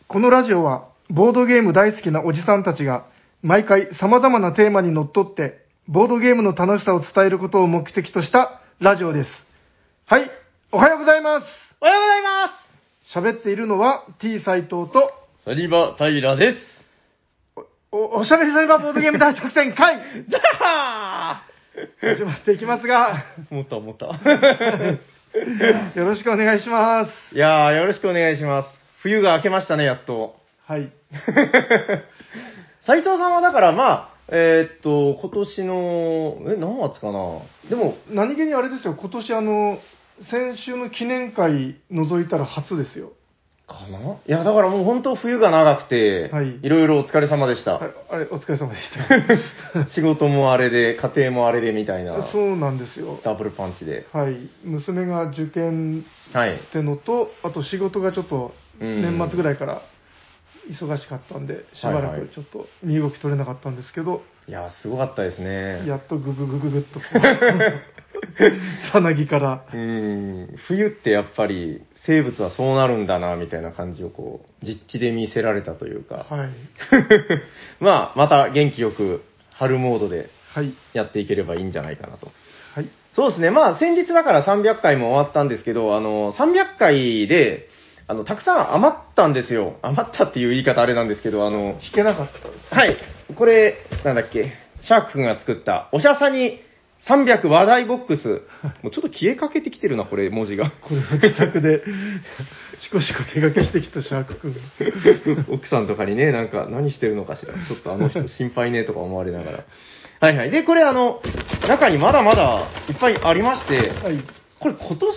このラジオは、ボードゲーム大好きなおじさんたちが、毎回様々なテーマにのっとって、ボードゲームの楽しさを伝えることを目的としたラジオです。はい、おはようございます。 おはようございま喋っているのは T 斎藤と、 す。サニバタイラです。 おしゃべりサニバボードゲーム大作戦会だ始まっていきますが、 ー思った。 よろしくお願いします。 いやー、よろしくお願いします。冬が明けましたね、やっと。 はい。 斉藤さんはだから今年の、何月かな。でも、 何気にあれですよ、今年先週の記念会除いたら初ですよ。 かないや、だからもう本当冬が長くて、 はいいろいろお疲れ様でした。 あれ、お疲れ様でした。 仕事もあれで、家庭もあれでみたいな、 そうなんですよ。 ダブルパンチで。 はい。娘が受験はい。 ってのと、あと仕事がちょっとうん年末ぐらいから忙しかったんで、しばらくちょっと身動き取れなかったんですけど、 いやー、すごかったですね。 やっとグググググっとこう、さなぎから。 冬ってやっぱり生物はそうなるんだなみたいな感じをこう実地で見せられたというか、 はい。 まあまた元気よく春モードではい。 やっていければいいんじゃないかなと。 はい。 そうですね、まあ先日だから300回も終わったんですけど、300回でたくさん余ったんですよ。余ったっていう言い方あれなんですけど、 弾けなかったです。 はい、これなんだっけ、シャーク君が作ったおしゃさに300話題ボックス。もうちょっと消えかけてきてるな、これ、文字が。 これは自宅で、しこしこ手書きしてきたシャーク君が。 奥さんとかにね、なんか何してるのかしら。ちょっとあの人心配ねとか思われながら。はいはい。で、これ中にまだまだいっぱいありまして、 はい。 これ今年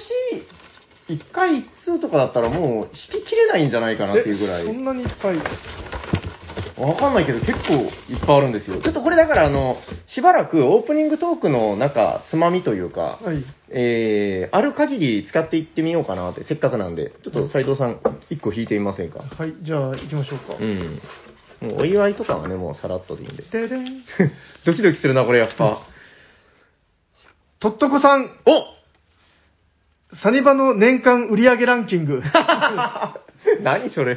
1回1通とかだったらもう引ききれないんじゃないかなっていうぐらい。 そんなにいっぱい。 わかんないけど結構いっぱいあるんですよ。ちょっとこれだからしばらくオープニングトークのつまみというか、 はい。 ある限り使っていってみようかなって、せっかくなんで、ちょっと斉藤さん1個引いてみませんか。 はい。じゃあ、行きましょうか。 うん。もうお祝いとかはね、もうさらっとでいいんで。 ででん。 ドキドキするな、これやっぱ。 とっとこさん、サニバの年間売上ランキング。 何それ。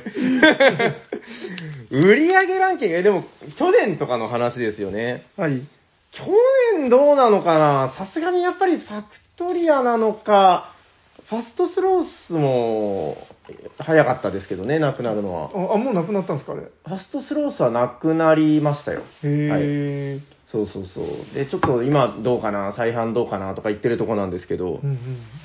売上ランキング、でも、去年とかの話ですよね。 はい。 去年どうなのかな、さすがにやっぱりファクトリアなのか、ファストスロースも早かったですけどね、なくなるのは。 もうなくなったんですか、あれ。 ファストスロースはなくなりましたよ。 へー。 そうそうそう。で、ちょっと今どうかな、再販どうかなとか言ってるとこなんですけど、 うん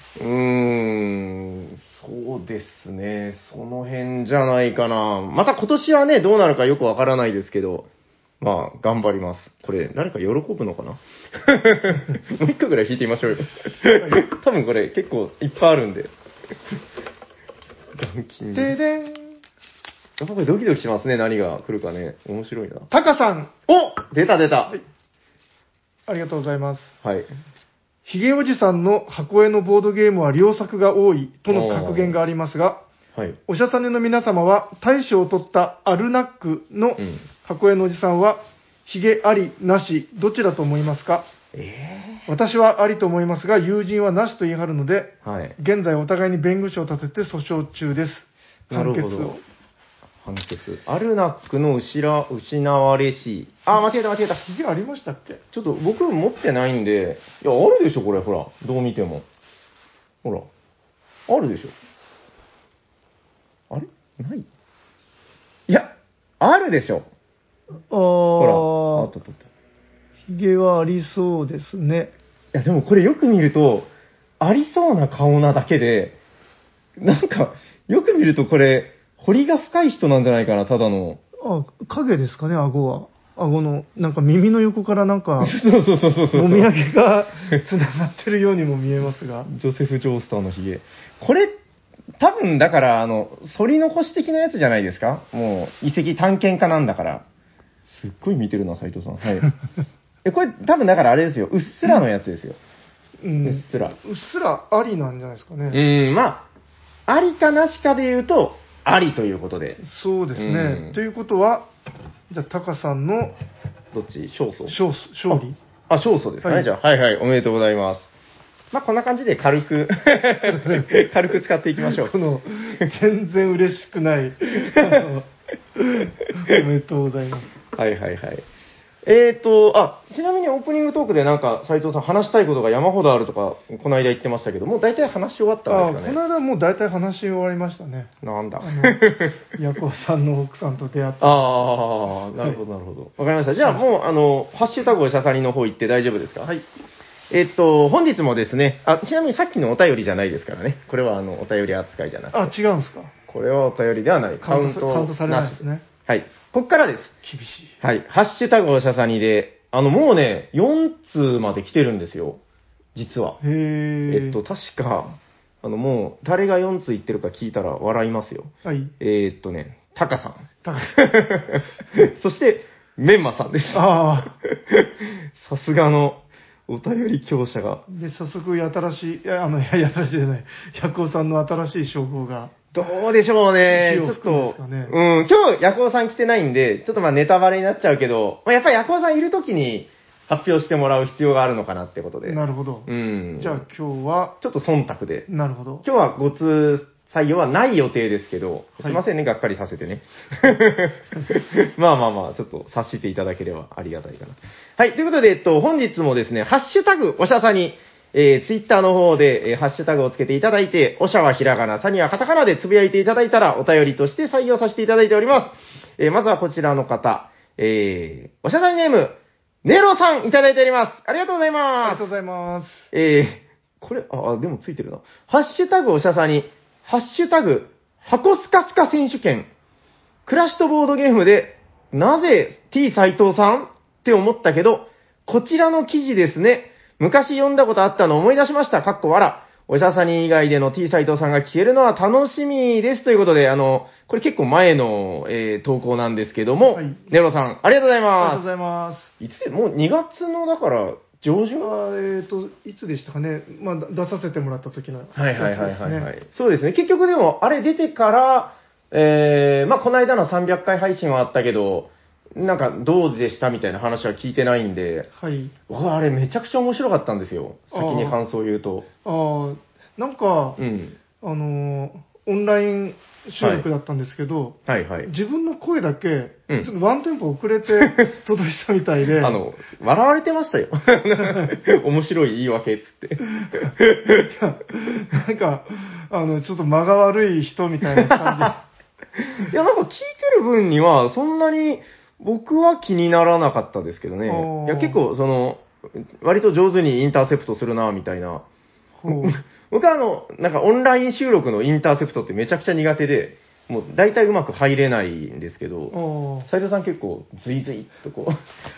そうですね、その辺じゃないかな。また今年はね、どうなるかよくわからないですけど、まあ、頑張ります。これ、誰か喜ぶのかなもう一個ぐらい弾いてみましょうよ。多分これ結構いっぱいあるんで。ランキンうん。 グ。 ででん。 やっぱこれドキドキしますね、何が来るかね。面白いな。 タカさん。 お出た。 ありがとうございます。 はい。 ヒゲおじさんの箱絵のボードゲームは良作が多いとの格言がありますが、 はい。 おしゃさねの皆様は大賞を取ったアルナックのうん。 箱絵のおじさんは、ヒゲあり、なし、どちらと思いますか？私はありと思いますが、友人はなしと言い張るので、 はい。 現在お互いに弁護士を立てて訴訟中です。 なる判決をほど。。判決。アルナックの失われし。あ、間違えた。 ヒゲありましたっけ？ ちょっと僕持ってないんで、いや、あるでしょ、これ、ほら。どう見ても。ほら。あるでしょ。あれない？いや、あるでしょ。ほら。あった。 ヒゲはありそうですね。 いや、でもこれよく見ると、ありそうな顔なだけで、なんか、よく見るとこれ、彫りが深い人なんじゃないかな、ただの。 影ですかね、顎は。顎の、なんか耳の横からなんか、 そう。 もみあげが繋がってるようにも見えますが。 ジョセフ・ジョースターのヒゲ。これ、多分だから、反り残し的なやつじゃないですか？もう、遺跡探検家なんだから。すっごい見てるな、斉藤さん。はい。これ、多分だからあれですよ。うっすらのやつですよ。うっすら。 うっすらありなんじゃないですかね。 まあ、ありかなしかで言うと、ありということで。 そうですね。ということは、じゃあ、タカさんのどっち勝訴勝利勝訴ですかね、 はいじゃあ。はい、おめでとうございます。 まあ、こんな感じで軽く、軽く使っていきましょう。 この、全然嬉しくない、おめでとうございます。 はいはいはい。ちなみにオープニングトークでなんか、斉藤さん話したいことが山ほどあるとか、この間言ってましたけど、もう大体話し終わったんですかね。 この間もう大体話し終わりましたね。 なんだ。 ヤコウさんの奥さんと出会った。 ああ、なるほどなるほど。わかりました。じゃあもう、ハッシュタグおしゃさりの方行って大丈夫ですか？ はい。 本日もですね、ちなみにさっきのお便りじゃないですからね。これはお便り扱いじゃなくて。 違うんですか？ これはお便りではない。 カウントされないですね。 はい。こっからです。 厳しい。 はい。ハッシュタグおしゃさにで、もうね、4通まで来てるんですよ。実は。 へ確か、もう、誰が4通言ってるか聞いたら笑いますよ。 はい。 タカさん。 タカそして、メンマさんです。 あさすがの、お便り強者が。 で、早速、新しい、新しいじゃない、ヤコウさんの新しい称号が。 どうでしょうね。ちょっと、今日、ヤコウさん来てないんで、ちょっとまあネタバレになっちゃうけど、やっぱりヤコウさんいるときに発表してもらう必要があるのかなってことで。 なるほど。 うん。 じゃあ今日は、 ちょっと忖度で。 なるほど。 今日はご通採用はない予定ですけど、すいませんね、がっかりさせてね。まあまあまあ、ちょっと察していただければありがたいかな。はい、ということで、本日もですね、ハッシュタグおしゃさに、ツイッターの方で、ハッシュタグをつけていただいて、おしゃはひらがな、さにはカタカナでつぶやいていただいたら、お便りとして採用させていただいております。まずはこちらの方、おしゃさにネーム、ネロさんいただいております。ありがとうございます。 ありがとうございます。 これ、でもついてるな。ハッシュタグおしゃさに、ハッシュタグ、箱スカスカ選手権。クラッシュとボードゲームで、なぜ T 斎藤さんって思ったけど、こちらの記事ですね。昔読んだことあったのを思い出しました。かっこわら。おしゃさに以外での T 斎藤さんが聞けるのは楽しみです。ということで、これ結構前の、投稿なんですけども、はい、ネロさん、ありがとうございます。 ありがとうございます。 いつで、もう2月の、だから、上旬いつでしたかね。まあ、出させてもらった時の、 はいはいはいはい。そうですね。結局でも、あれ出てから、まあ、この間の300回配信はあったけど、なんかどうでしたみたいな話は聞いてないんで、 はい。 僕あれめちゃくちゃ面白かったんですよ。先に感想を言うと。 なんか、オンライン収録だったんですけど、 はいはい。 自分の声だけ、ちょっとワンテンポ遅れて届いたみたいで。 笑われてましたよ。面白い言い訳っつって。 なんか、ちょっと間が悪い人みたいな感じ。いや、なんか聞いてる分には、そんなに僕は気にならなかったですけどね。いや、結構、割と上手にインターセプトするな、みたいな。僕はなんかオンライン収録のインターセプトってめちゃくちゃ苦手で、もう大体うまく入れないんですけど、斉藤さん結構ズイズイっとこう。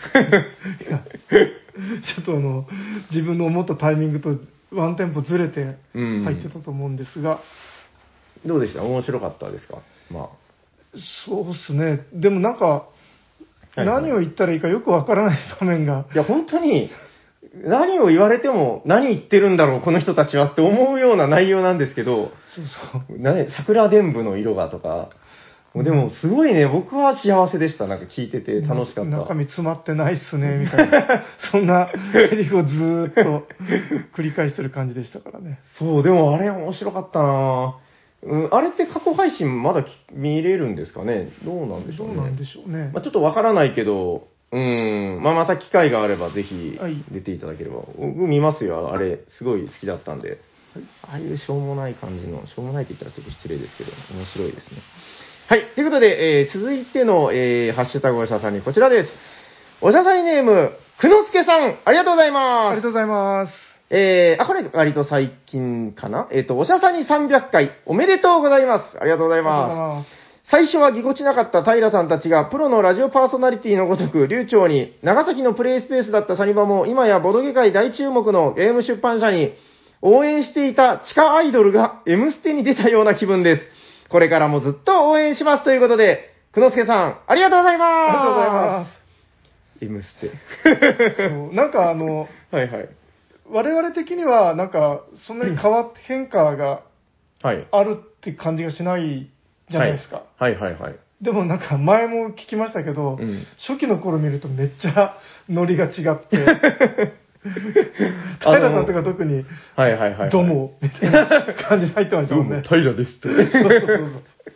ちょっと自分の思ったタイミングとワンテンポずれて入ってたと思うんですが。 どうでした？面白かったですか？まあ。 そうですね。でもなんか、何を言ったらいいかよくわからない場面が。 いや、本当に、何を言われても何言ってるんだろう、この人たちはって思うような内容なんですけど、桜伝舞の色がとか、でもすごいね、僕は幸せでした。なんか聞いてて楽しかった。 中身詰まってないっすね、みたいな。そんなセリフをずーっと繰り返してる感じでしたからね。 そう、でもあれ面白かったなあれって過去配信まだ見れるんですかね？どうなんでしょうね。 どうなんでしょうね。 まあ、ちょっとわからないけど、まあ、また機会があればぜひ出ていただければ。僕見ますよ、あれ。すごい好きだったんで。ああいうしょうもない感じの、しょうもないって言ったらちょっと失礼ですけど、面白いですね。はい。ということで、続いての、ハッシュタグおしゃさんにこちらです。おしゃさんネーム、くのすけさん、ありがとうございます。 ありがとうございます。 これ割と最近かなおしゃさんに300回、おめでとうございます。ありがとうございます。最初はぎこちなかった平さんたちがプロのラジオパーソナリティのごとく流暢に長崎のプレイスペースだったサニバも今やボドゲ界大注目のゲーム出版社に応援していた地下アイドルが M ステに出たような気分です。これからもずっと応援しますということで、くのすけさん、ありがとうございます。 ありがとうございます。 M ステ。 そう、なんかはいはい。 我々的にはなんかそんなに変化があるって感じがしないじゃないですか。 はいはいはい。 でもなんか前も聞きましたけど、初期の頃見るとめっちゃノリが違って、 平さんとか特に、 はいはいはい。 どうも、みたいな感じで入ってましたもんね。 平ですって。 そうそうそうそう。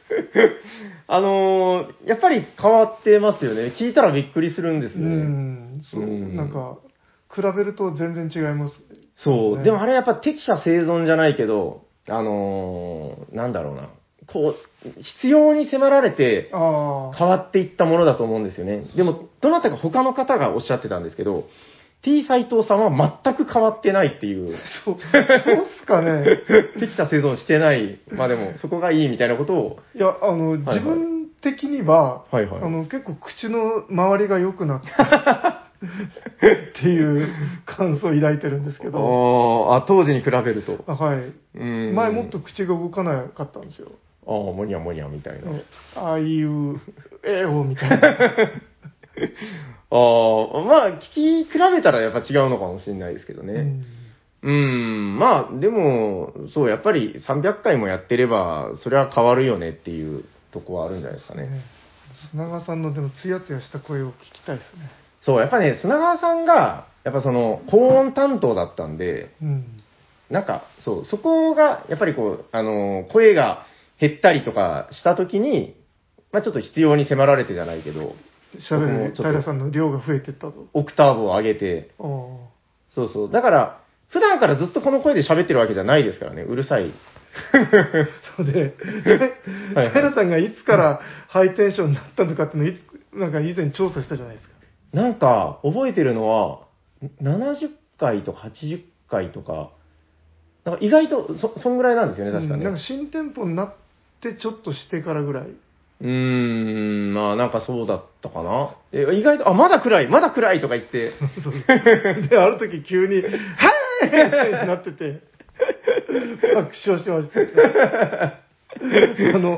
やっぱり変わってますよね。聞いたらびっくりするんですよね。 そう、 うんなんか、比べると全然違います。 そう。 ねでもあれやっぱ適者生存じゃないけど、なんだろうな。こう、必要に迫られてああ。 変わっていったものだと思うんですよね。でも、どなたか他の方がおっしゃってたんですけど、T 斎藤さんは全く変わってないっていう。 そうっすかね。 適者生存してない。まあでも、そこがいいみたいなことを。 いや、 はい自分的には、 はいはい結構口の周りが良くなったっていう感想を抱いてるんですけど、 当時に比べると。 はい。 うん前もっと口が動かなかったんですよ。 もにゃもにゃみたいな。 ああいう、みたいな。 まあ、聞き比べたらやっぱ違うのかもしれないですけどね。まあ、でも、そう、やっぱり300回もやってれば、それは変わるよねっていうとこはあるんじゃないですかね。 砂川さんのでもツヤツヤした声を聞きたいですね。 そう、やっぱね、砂川さんが、やっぱその、高音担当だったんで、なんか、そう、そこが、やっぱりこう、声が減ったりとかしたときに、まあちょっと必要に迫られてじゃないけど、 喋る平さんの量が増えてったと。 オクターブを上げて、そうそう。だから、普段からずっとこの声で喋ってるわけじゃないですからね、うるさい。 そうで、 はいはい平さんがいつからハイテンションになったのかっていうのをなんか以前調査したじゃないですか。 なんか、覚えてるのは、70回とか80回とか、なんか意外とそんぐらいなんですよね、確かね。 なんか新店舗になってちょっとしてからぐらい。 まあなんかそうだったかな。意外と、まだ暗いとか言って。 そうで、ある時急に、はいってなってて、爆笑しました。この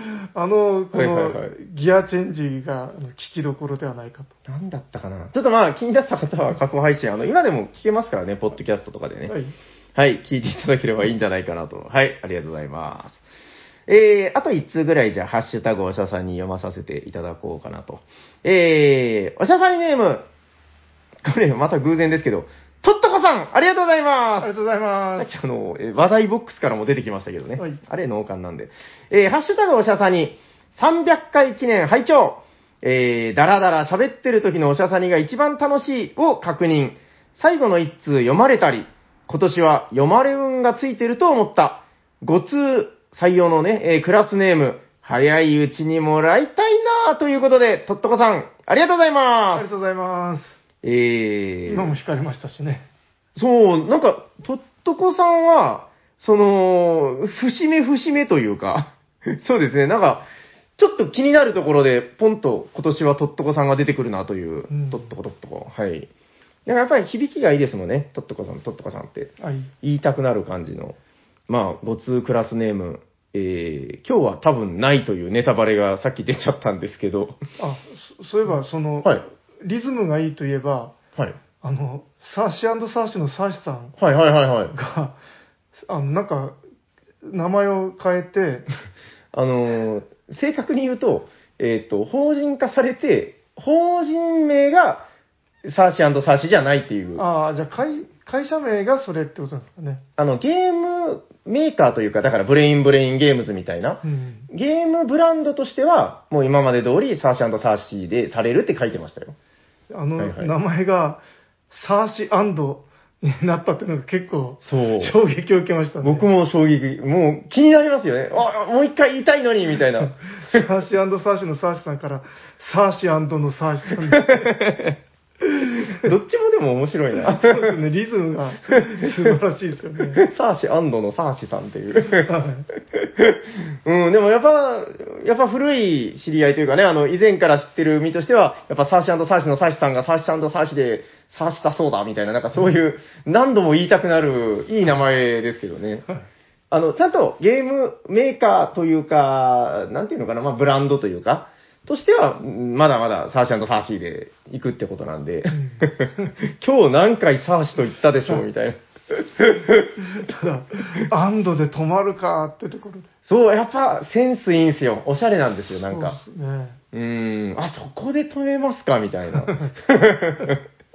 ギアチェンジが聞きどころではないかと。 なんだったかな。ちょっとまあ気になった方は過去配信、今でも聞けますからね、ポッドキャストとかでね。 はい。 はい、聞いていただければいいんじゃないかなと。はい、ありがとうございます。あと1通ぐらいじゃあ、ハッシュタグおしゃさんに読まさせていただこうかなと。おしゃさんネーム、これまた偶然ですけど、とっとこさん、ありがとうございます。 ありがとうございまさっき話題ボックスからも出てきましたけどね。 はいあれ、農館なんで。ハッシュタグおしゃさんに、300回記念拝聴だらだら喋ってる時のおしゃさにが一番楽しいを確認。最後の一通読まれたり、今年は読まれ運がついてると思った。5通採用のね、クラスネーム、早いうちにもらいたいなぁということで、とっとこさん、ありがとうございす。あます。 りがとうございます。今も光りましたしね。 そう、なんか、とっとこさんは、節目というか、そうですね、なんか、ちょっと気になるところで、ポンと今年はとっとこさんが出てくるなという、とっとこ。はい。なんかやっぱり響きがいいですもんね、とっとこさんって。 はい。 言いたくなる感じの。まあ、ご通クラスネーム、今日は多分ないというネタバレがさっき出ちゃったんですけど。 そういえば、 はい。 リズムがいいといえば、 はい。 サーシーサーシのサーシさんはい。 が、なんか、名前を変えて、 正確に言うと、法人化されて、法人名がサーシーサーシじゃないっていう。 じゃあ会社名がそれってことなんですかね。 ゲームメーカーというか、だからブレインゲームズみたいな、ゲームブランドとしては、もう今まで通りサーシーサーシでされるって書いてましたよ。 名前が、サーシになったっていうのが結構、 そう。 衝撃を受けましたね。 僕も衝撃。もう気になりますよね。もう一回言いたいのに、みたいな。 サーシーサーシのサーシさんから、サーシーのサーシさんで。 どっちもでも面白いな。 そうですね、リズムが素晴らしいですよね。 サーシのサーシさんっていう。でもやっぱ古い知り合いというかね、以前から知ってる身としては、やっぱサーシサーシのサーシさんがサーシサーシで、サーシだそうだみたいな、なんかそういう、何度も言いたくなる、いい名前ですけどね。ちゃんとゲームメーカーというか、なんていうのかな、まあブランドというか、としては、まだまだサーシサーシで行くってことなんで、今日何回サーシと言ったでしょうみたいな。 ただ、安堵で止まるかってところで。 そう、やっぱセンスいいんすよ。おしゃれなんですよ、なんか。 そうですね。 そこで止めますかみたいな。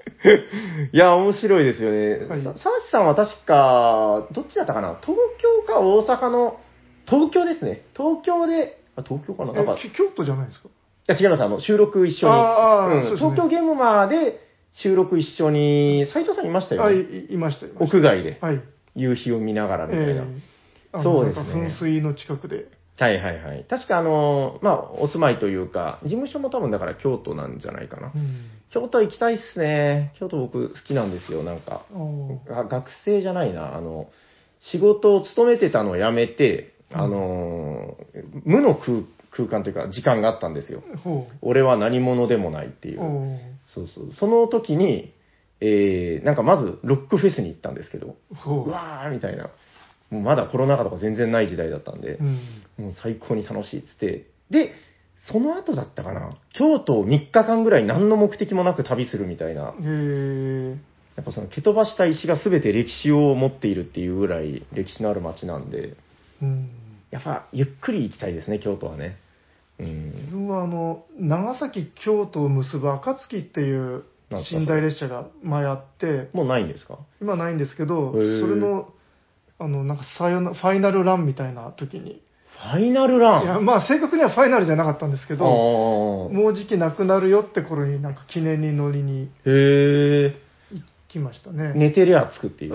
いや、面白いですよね。 はい沢地さんは確か、どっちだったかな、東京か大阪の、東京ですね。東京で、東京かな、なんか、い京都じゃないですか？ や違います、収録一緒に。 そうですね東京ゲームマーで収録一緒に、斉藤さんいましたよね。 いました。 屋外で、 はい。 夕日を見ながらみたいな。 そそうですねなんか噴水の近くで。 はいはいはい。確かまあ、お住まいというか、事務所も多分だから京都なんじゃないかな。京都行きたいっすね。京都僕好きなんですよ、なんか。学生じゃないな、仕事を勤めてたのを辞めて、無の空間というか時間があったんですよ。俺は何者でもないっていう。そうそう。その時に、なんかまずロックフェスに行ったんですけど、うわーみたいな。もうまだコロナ禍とか全然ない時代だったんで、もう最高に楽しいっつって。で、その後だったかな、京都を3日間ぐらい何の目的もなく旅するみたいな。やっぱその蹴飛ばした石が全て歴史を持っているっていうぐらい歴史のある街なんで、やっぱゆっくり行きたいですね、京都はね。 自分は長崎、京都を結ぶ暁っていう寝台列車が前あって、 もうないんですか？ 今ないんですけど、それの、なんかファイナルランみたいな時に。 ファイナルラン？ いや、まあ正確にはファイナルじゃなかったんですけど、もうじきなくなるよって頃になんか記念に乗りに行きましたね。 寝てりゃ着くっていう。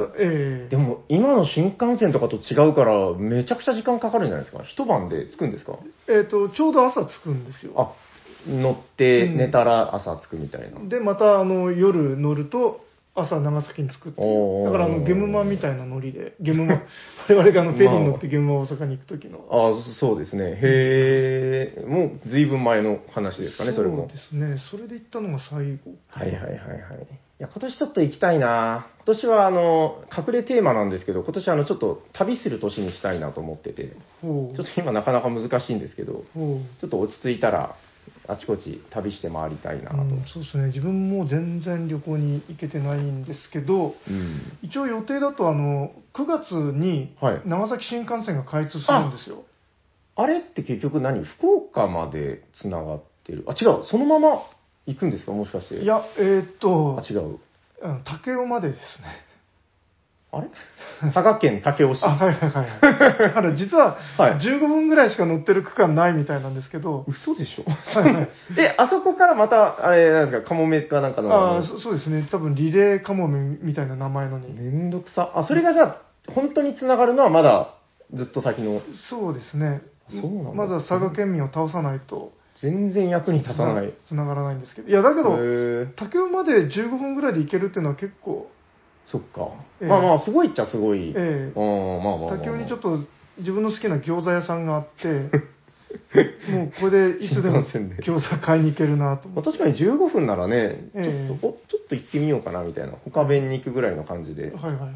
でも今の新幹線とかと違うからめちゃくちゃ時間かかるんじゃないですか？一晩で着くんですか？ ちょうど朝着くんですよ。 あ、乗って寝たら朝着くみたいな。 で、また夜乗ると朝長崎に着くっていう。だからゲムマみたいなノリで、我々がフェリーに乗ってゲムマ大阪に行く時の。 そうですね。へえ、もう随分前の話ですかね、それも。 そうですね。それで行ったのが最後。 はいはいはいはい。いや、今年ちょっと行きたいな。今年は隠れテーマなんですけど、今年ちょっと旅する年にしたいなと思ってて、ちょっと今なかなか難しいんですけど、ちょっと落ち着いたら、あちこち旅して回りたいなと。 そうですね。自分も全然旅行に行けてないんですけど、一応予定だと9月に長崎新幹線が開通するんですよ。 あれって結局福岡までつながってる？違う。そのまま行くんですか？もしかして。 いや、違う。武雄までですね。 あれ佐賀県武雄市。 はい。だから実は15分ぐらいしか乗ってる区間ないみたいなんですけど。 嘘でしょ？あそこからまた、あれなんですか、カモメかなんかの。 そうですね。多分リレーカモメみたいな名前のに。 めんどくさ。それがじゃあ、本当に繋がるのはまだずっと先の。 そうですね。 そうなんだ。 まずは佐賀県民を倒さないと。 全然役に立たない。 繋がらないんですけど。いや、だけど、武雄まで15分ぐらいで行けるっていうのは結構。 そっか。まあ、すごいっちゃすごい。 武雄にちょっと自分の好きな餃子屋さんがあって、もうこれでいつでも餃子買いに行けるなと思って。 確かに15分ならね、ちょっと行ってみようかなみたいな。他弁に行くぐらいの感じで。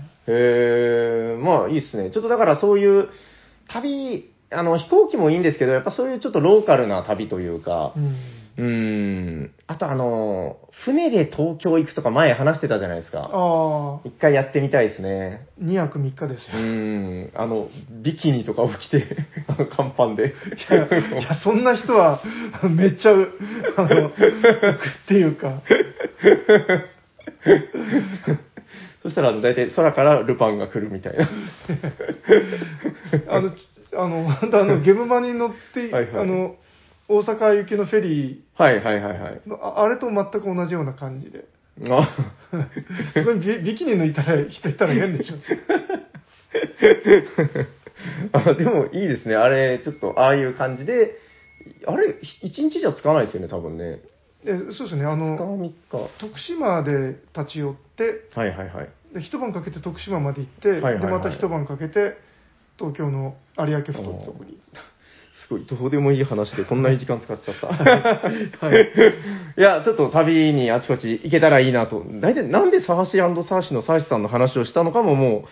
まあいいっすね。ちょっとだからそういう旅、飛行機もいいんですけど、やっぱそういうちょっとローカルな旅というか、あと船で東京行くとか前話してたじゃないですか。一回やってみたいですね。 2泊3日ですよ。 ビキニとかを着て、甲板で。 いや、そんな人は、めっちゃ、っていうか。 そしたら、大体空からルパンが来るみたいな。 本当ゲムマに乗って、大阪行きのフェリー。あれと全く同じような感じで。そこにビキニ抜いたら人いたら変でしょ。 でもいいですね。あれ、ちょっと、ああいう感じで、あれ、1日じゃつかないですよね、多分ね。 そうですね。徳島で立ち寄って、で一晩かけて徳島まで行って、で、また一晩かけて、東京の有明ふ頭ってとこに。 すごい、どうでもいい話でこんなに時間使っちゃった。いや、ちょっと旅にあちこち行けたらいいなと。大体なんでサハシサーシのサーシさんの話をしたのかももう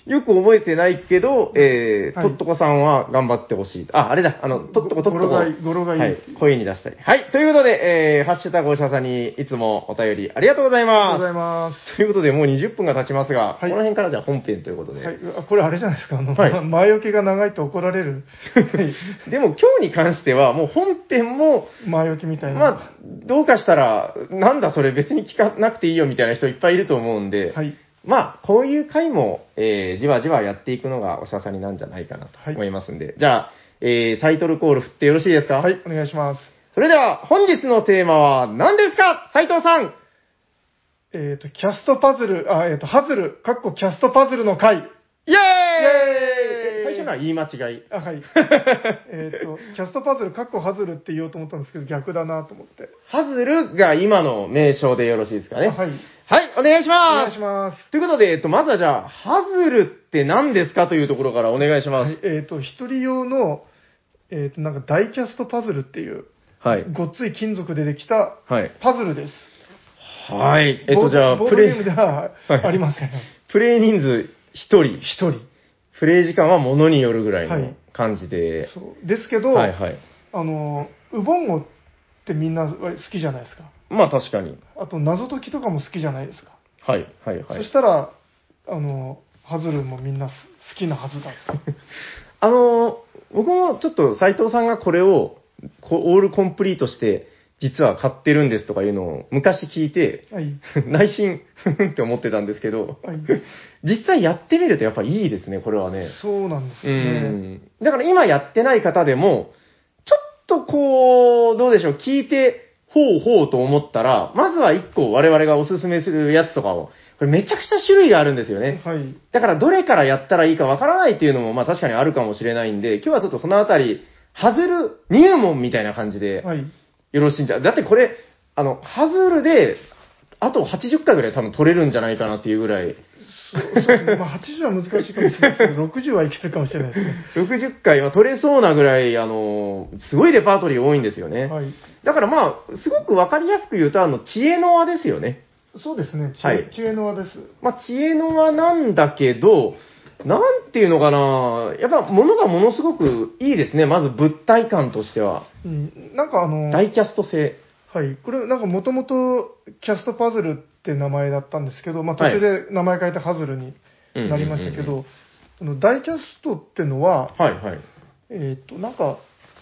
よく覚えてないけど、 はいとっとこさんは頑張ってほしい。あ、あれだ、とっとことっとこ。 語呂がいい。 はい、声に出したい。はい、ということで、ハッシュタグおしゃさんにいつもお便りありがとうございありがとうます。 ございます。 ということで、もう20分が経ちますが、 はいこの辺からじゃあ本編ということで。 はい、これあれじゃないですか、 はい前置きが長いと怒られる。はいでも今日に関しては、もう本編も、 前置きみたいな。 まあ、どうかしたら、なんだそれ別に聞かなくていいよみたいな人いっぱいいると思うんで、 はい。 まあ、こういう回も、じわじわやっていくのがおしゃさになんじゃないかなと思いますんで、じゃあ、タイトルコール振ってよろしいですか？ はい、お願いします。 それでは、本日のテーマは何ですか？斉藤さん。 キャストパズル、ハズル、かっこキャストパズルの回。 イェーイイエーイ最初のは言い間違い。 あ、はい。キャストパズル、かっこハズルって言おうと思ったんですけど、逆だなと思って。 ハズルが今の名称でよろしいですかね。 あはい。 はい、お願いしおます。 願いします。 ということで、まずはじゃあ、ハズルって何ですかというところからお願いします。 一人用の、なんかダイキャストパズルっていう、 はい。 ごっつい金属でできたはい。 パズルです。 はい。じゃあ、 ボードゲームでははいありません。 プレイ人数1人。 一人。 プレイ時間はものによるぐらいのはい感じで。 そう。ですけど、 はいはい。 ウボンゴってみんな好きじゃないですか。 まあ確かに。 あと、謎解きとかも好きじゃないですか。 はいはいはい。 そしたら、ハズルもみんな好きなはずだと。 僕もちょっと斉藤さんがこれをオールコンプリートして、実は買ってるんですとかいうのを昔聞いて、 はい。 内心、ふふんって思ってたんですけど、 はい。 実際やってみるとやっぱいいですね、これはね。 そうなんですうよね。 ん。だから今やってない方でも、ちょっとこう、どうでしょう、聞いて、ほうほうと思ったら、まずは一個我々がおすすめするやつとかを、これめちゃくちゃ種類があるんですよね。 はい。 だからどれからやったらいいかわからないっていうのもまあ確かにあるかもしれないんで、今日はちょっとそのあたり、外る入門みたいな感じで、 はい。 よろしいんじゃ、だってこれ、外るで、あと80回ぐらい多分取れるんじゃないかなっていうぐらい、 そうですね。まあ、80は難しいかもしれないですけど、60はいけるかもしれないですね。 60回は取れそうなぐらい、すごいレパートリー多いんですよね。 はい。 だからまあ、すごくわかりやすく言うと、知恵の輪ですよね。 そうですね。 はい知恵の輪です。 まあ、知恵の輪なんだけど、なんていうのかな、やっぱ物がものすごくいいですね。まず物体感としては。 うん。なんか大キャスト性。 はい。これなんかもともとキャストパズルって名前だったんですけど、まあ途中で名前変えてハズルになりましたけうんうんうんど、大キャストってのは、 はいはい。 なんか、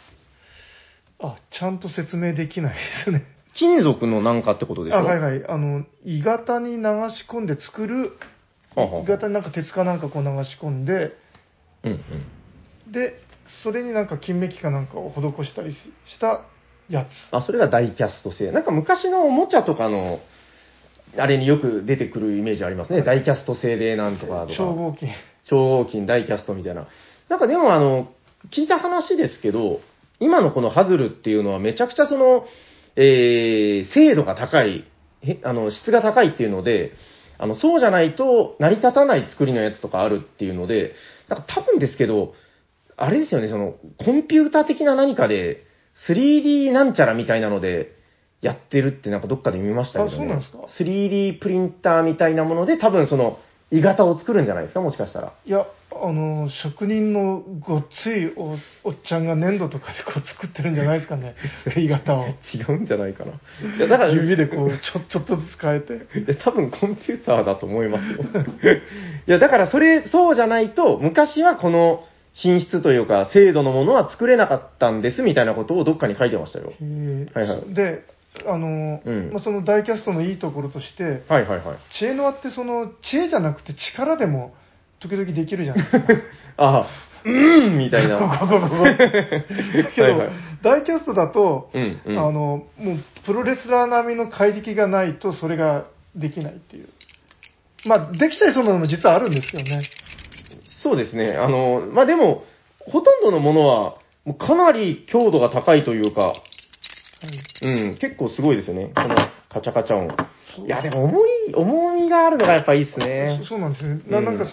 ちゃんと説明できないですね。 金属のなんかってことでしょ。 はいはい。鋳型に流し込んで作る、 はは鋳型になんか鉄かなんかこう流し込んで、 うんうん。 で、それになんか金メッキかなんかを施したりしたやつ。 あ、それが大キャスト性。なんか昔のおもちゃとかの、あれによく出てくるイメージありますね。大キャスト性でなんとかとか。 超合金。 超合金、大キャストみたいな。なんかでも聞いた話ですけど、今のこのハズルっていうのはめちゃくちゃ精度が高い、質が高いっていうので、そうじゃないと成り立たない作りのやつとかあるっていうので、なんか多分ですけど、あれですよね、コンピューター的な何かで、3D なんちゃらみたいなので、やってるってなんかどっかで見ましたけどね。 あそうなんですか 3D プリンターみたいなもので、多分鋳型を作るんじゃないですか、もしかしたら。 いや、職人のごっついおっちゃんが粘土とかでこう作ってるんじゃないですかね。鋳型を。 違うんじゃないかな。いや、だから、 指でこう、ちょっとずつ変えて。 いや多分コンピューターだと思いますよ。いや、だからそうじゃないと、昔はこの品質というか、精度のものは作れなかったんですみたいなことをどっかに書いてましたよ。はいはいで、 んまあ、そのダイキャストのいいところとして、 はいはいはい。 知恵の輪って知恵じゃなくて力でも時々できるじゃないですか。 ああ、みたいな。 ここ。だけど、 はいはいダイキャストだと、 うんうんもうプロレスラー並みの怪力がないとそれができないっていう。まあ、できちゃいそうなのも実はあるんですけどね。 そうですね。まあ、でも、ほとんどのものは、もうかなり強度が高いというか、結構すごいですよね。このカチャカチャ音。いや、でも重みがあるのがやっぱいいですね。 そうなんですね。 うんなんか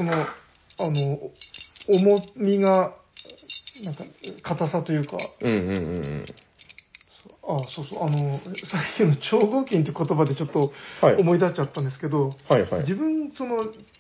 重みが、なんか、硬さというか、 うんうんうんそう、さっきの超合金って言葉でちょっとはい思い出しちゃったんですけど、 はいはい。 自分、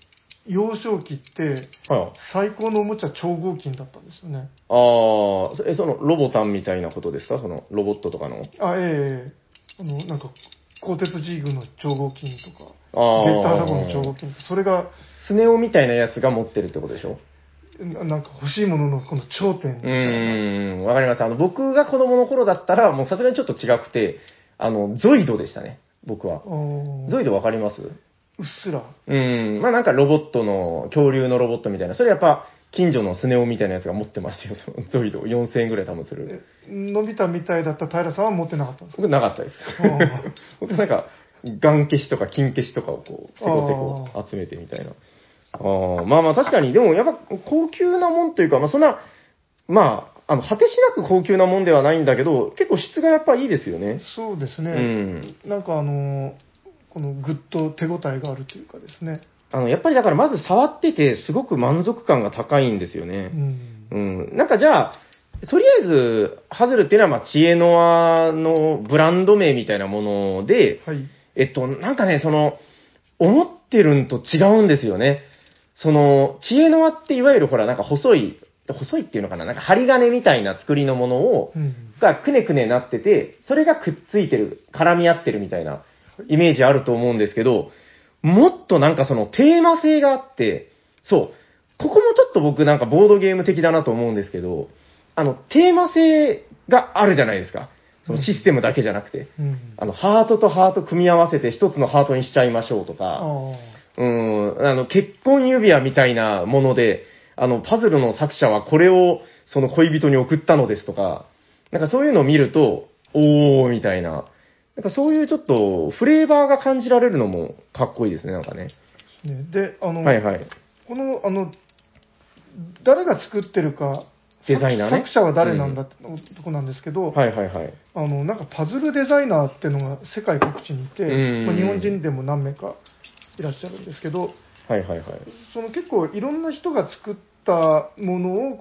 幼少期って、 はい。 最高のおもちゃ超合金だったんですよね。 そのロボタンみたいなことですか、そのロボットとかの。 なんか、鋼鉄ジーグの超合金とか、 ああ。 ゲッターラボの超合金、それが、 スネ夫みたいなやつが持ってるってことでしょ。 なんか欲しいもののこの頂点みたいな。 わかります。僕が子供の頃だったら、もうさすがにちょっと違くて、ゾイドでしたね、僕は。ゾイドわかります？ うっすら。 まあなんかロボットの、恐竜のロボットみたいな、それやっぱ、近所のスネ夫みたいなやつが持ってましたよ、そのゾイド。4000円ぐらい多分する。 のび太みたいだった平さんは持ってなかったんですか？ 僕なかったです。僕なんか、ガン消しとか金消しとかをこう、せこせこ集めてみたいな。まあまあ確かに、でもやっぱ高級なもんというか、まあそんな、まあ、果てしなく高級なもんではないんだけど、結構質がやっぱいいですよね。 そうですね。なんかこのぐっと手応えがあるというかですね。 やっぱりだからまず触ってて、すごく満足感が高いんですよね。なんかじゃあ、とりあえず、ハズルっていうのは、まあ、知恵の輪のブランド名みたいなもので、 はい、 なんかね、思ってるんと違うんですよね。知恵の輪っていわゆるほら、なんか細いっていうのかな、なんか針金みたいな作りのものを、がくねくねなってて、それがくっついてる、絡み合ってるみたいなイメージあると思うんですけど、もっとなんかテーマ性があって、そう、ここもちょっと僕なんかボードゲーム的だなと思うんですけど、テーマ性があるじゃないですか。そのシステムだけじゃなくて。ハートとハート組み合わせて一つのハートにしちゃいましょうとか、結婚指輪みたいなもので、パズルの作者はこれをその恋人に送ったのですとか、なんかそういうのを見ると、おーみたいな、なんかそういうちょっとフレーバーが感じられるのもかっこいいですね、なんかね。 で、 はいはい。 この、誰が作ってるか、 デザイナーね。 作者は誰なんだってとこなんですけど、 はいはいはい。 なんかパズルデザイナーっていうのが世界各地にいて、まあ、日本人でも何名かいらっしゃるんですけど、 はいはいはい。 結構いろんな人が作ったものを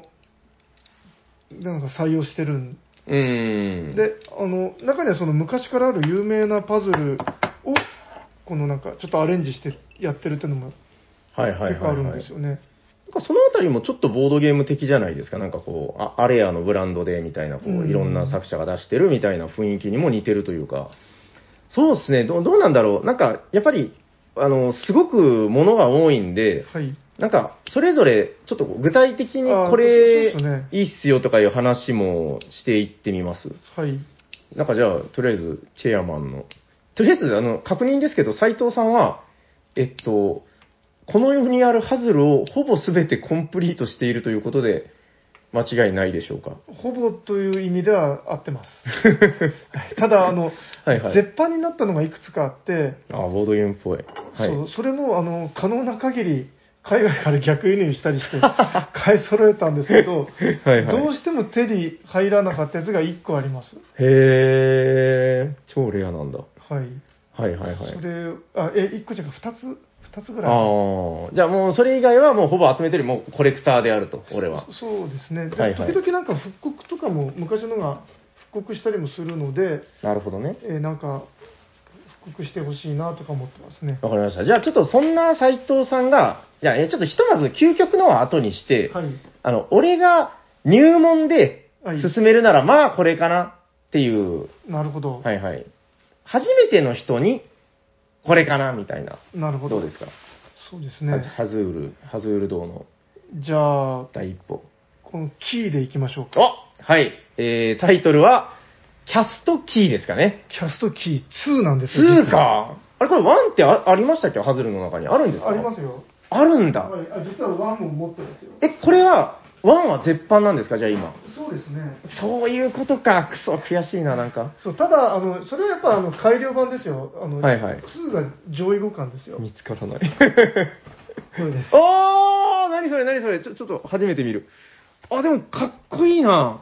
なんか採用してるんで、中には昔からある有名なパズルを、なんかちょっとアレンジしてやってるっていうのも結構あるんですよね。 そのあたりもちょっとボードゲーム的じゃないですか。なんかこう、アレアのブランドでみたいな、こう、いろんな作者が出してるみたいな雰囲気にも似てるというか。そうですね。どうなんだろう。なんか、やっぱり、すごくものが多いんで、 はい、 なんか、それぞれ、ちょっと具体的にこれ、いいっすよとかいう話もしていってみます。 はい。 なんかじゃあ、とりあえず、チェアマンの。とりあえず、確認ですけど、斉藤さんは、この世にあるハズルをほぼ全てコンプリートしているということで、間違いないでしょうか。 ほぼという意味では合ってます。ただ、はいはい、絶版になったのがいくつかあって、 ボードゲームっぽい。 はい、それも、可能な限り、海外から逆輸入したりして、買い揃えたんですけど、はい、どうしても手に入らなかったやつが1個あります。 へー、超レアなんだ。 はい。 はいはいはい。 それ、1個じゃなく2つぐらい。 じゃあもうそれ以外はもうほぼ集めてる、もうコレクターであると、俺は。 そうですね。はいはい、時々なんか復刻とかも昔のが復刻したりもするので、 なるほどね。 なんか復刻してほしいなとか思ってますね。 わかりました。じゃあちょっとそんな斉藤さんが、じゃあちょっとひとまず究極のは後にして、はい、俺が入門で進めるならまあこれかなっていう。 なるほど。 はいはい。初めての人にこれかなみたいな。 なるほど。 どうですか？ そうですね。 ハズール堂の。 じゃあ、 第一歩。 このキーでいきましょうか。 はい。タイトルは、キャストキーですかね。 キャストキー2なんですよ。 2か。あれこれ1ってありましたっけ？ハズルの中に。あるんですか？ ありますよ。 あるんだ。 はい、実は1も持ってますよ。 これは、1は絶版なんですか？じゃあ今。 そうですね。 そういうことか。くそ、悔しいな、なんか。 そう、ただ、それはやっぱ、改良版ですよ。 はいはい。 2が上位互換ですよ。 見つからない。 これです。 何それ。ちょっと初めて見る。でも、かっこいいな。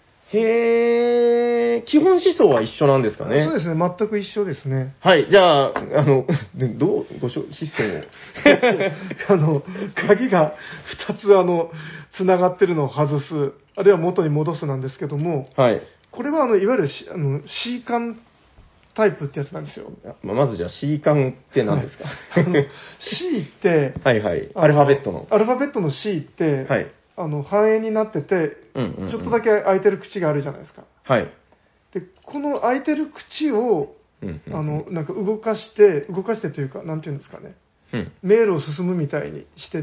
へー。基本思想は一緒なんですかね。 そうですね。全く一緒ですね。 はい。じゃあ、システムを。鍵が2つ、繋がってるのを外す、あるいは元に戻すなんですけども、 はい。 これはいわゆるC 管タイプってやつなんですよ。 まずじゃあ C 缶って何ですか？ はい、C って、 はいはい。アルファベットの。 アルファベットの C って、 はい。 半円になってて、ちょっとだけ開いてる口があるじゃないですか。 はい。 で、この開いてる口を、なんか動かしてというか、なんていうんですかね。迷路を進むみたいにしてって、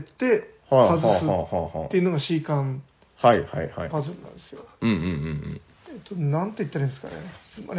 外すっていうのが C 缶パズルなんですよ。なんて言ったらいいんですかね。つまり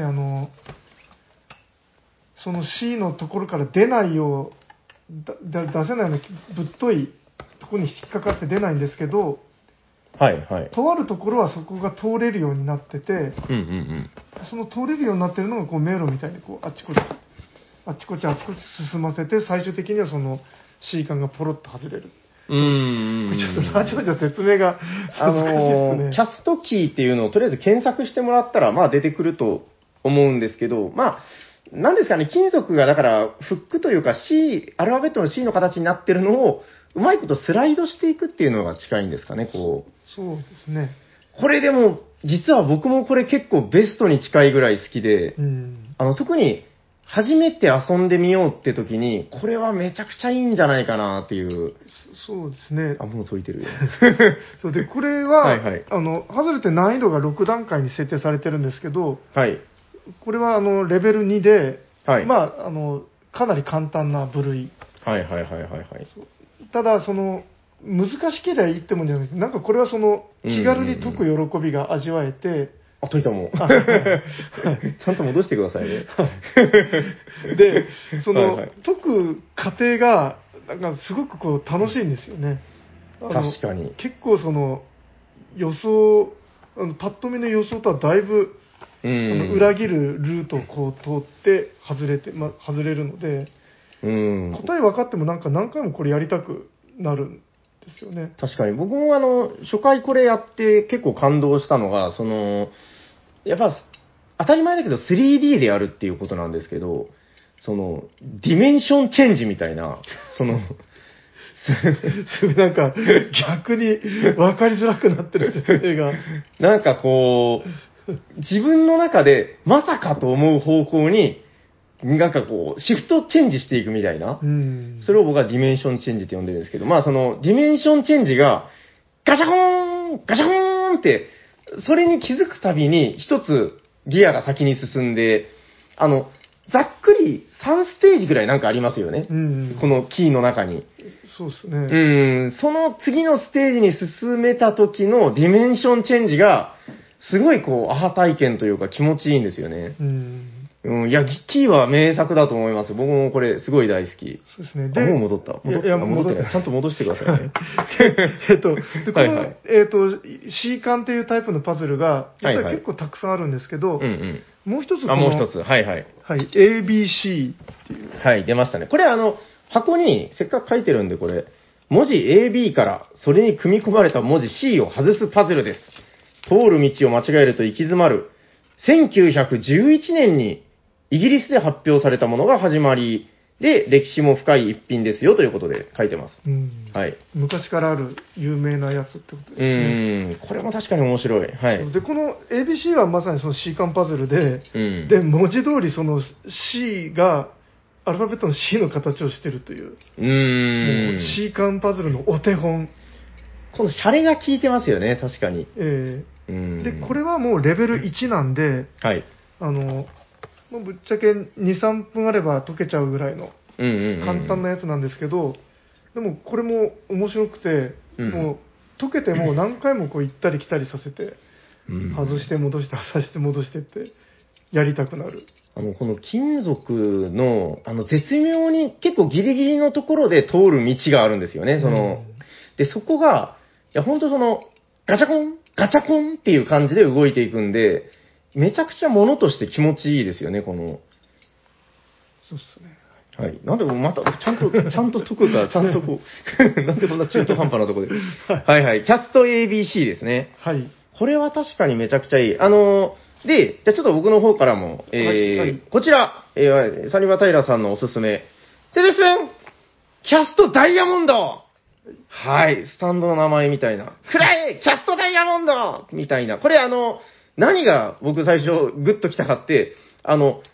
その C のところから出ないよう、出せないようなぶっといところに引っかかって出ないんですけど、とあるところはそこが通れるようになってて、その通れるようになってるのがこう迷路みたいにこうあっちこち進ませて、最終的にはその C 缶がポロッと外れる。ちょっとラジオじゃ説明が難しいですね。 キャストキーっていうのをとりあえず検索してもらったら、まあ出てくると思うんですけど、まあ、なんですかね、金属がだからフックというか C、アルファベットの C の形になってるのを、うまいことスライドしていくっていうのが近いんですかね、こう。 そうですね。 これでも、実は僕もこれ結構ベストに近いぐらい好きで、特に初めて遊んでみようって時に、これはめちゃくちゃいいんじゃないかなっていう。 そうですね。 あ、もう解いてるよ。 そうで、これは、ハズレって難易度が6段階に設定されてるんですけど、これはレベル2で、まあ、かなり簡単な部類。ただ、難しければいいってもんじゃなくて、なんかこれは気軽に解く喜びが味わえて、 解いたもん。ちゃんと戻してくださいね。 で、解く過程が、なんかすごくこう楽しいんですよね。 確かに。 結構予想、パッと見の予想とはだいぶ、裏切るルートをこう通って外れるので、答え分かってもなんか何回もこれやりたくなるんですよね。 確かに。僕も初回これやって結構感動したのが、やっぱ当たり前だけど 3D でやるっていうことなんですけど、ディメンションチェンジみたいな、 なんか逆に分かりづらくなってる説明が。 なんかこう、自分の中でまさかと思う方向に、なんかこう、シフトチェンジしていくみたいな。それを僕はディメンションチェンジって呼んでるんですけど、まあディメンションチェンジが、ガシャコーンガシャコーンって、それに気づくたびに一つギアが先に進んで、ざっくり3ステージぐらいなんかありますよね。このキーの中に。 そうですね。 その次のステージに進めた時のディメンションチェンジが、すごいこう、アハ体験というか気持ちいいんですよね。いや、キーは名作だと思います。僕もこれすごい大好き。 そうですね。で、 もう戻った。戻ってない。ちゃんと戻してくださいね。 この、C 缶っていうタイプのパズルが、実は結構たくさんあるんですけど、もう一つもう一つ。 ABC っていう。 はい、出ましたね。これ箱にせっかく書いてるんで、これ、文字 AB からそれに組み込まれた文字 C を外すパズルです。通る道を間違えると行き詰まる。1911年にイギリスで発表されたものが始まり、で、歴史も深い一品ですよということで書いてます。はい。 昔からある有名なやつってことですね。 これも確かに面白い。はい。 で、この ABC はまさにその C 缶パズルで、で、文字通りその C が、アルファベットの C の形をしてるという。もう C 缶パズルのお手本。 このシャレが効いてますよね、確かに。 で、これはもうレベル1なんで、もうぶっちゃけ2、3分あれば解けちゃうぐらいの簡単なやつなんですけど、でもこれも面白くて、もう解けても何回もこう行ったり来たりさせて、外して戻して、外して戻してってやりたくなる。 この金属の、絶妙に結構ギリギリのところで通る道があるんですよね、で、そこが、いや、ほんとガチャコン、ガチャコンっていう感じで動いていくんで、めちゃくちゃ物として気持ちいいですよね、 そうですね。 はい。なんでまた、ちゃんと解くか、ちゃんとこう、なんでこんな中途半端なとこで。はいはい。キャスト ABC ですね。 はい。 これは確かにめちゃくちゃいい。で、じゃあちょっと僕の方からも、こちら、サニバタイラさんのおすすめ。でですね、キャストダイヤモンドはい、スタンドの名前みたいな。くらえキャストダイヤモンドみたいな。これ何が僕最初グッときたかって、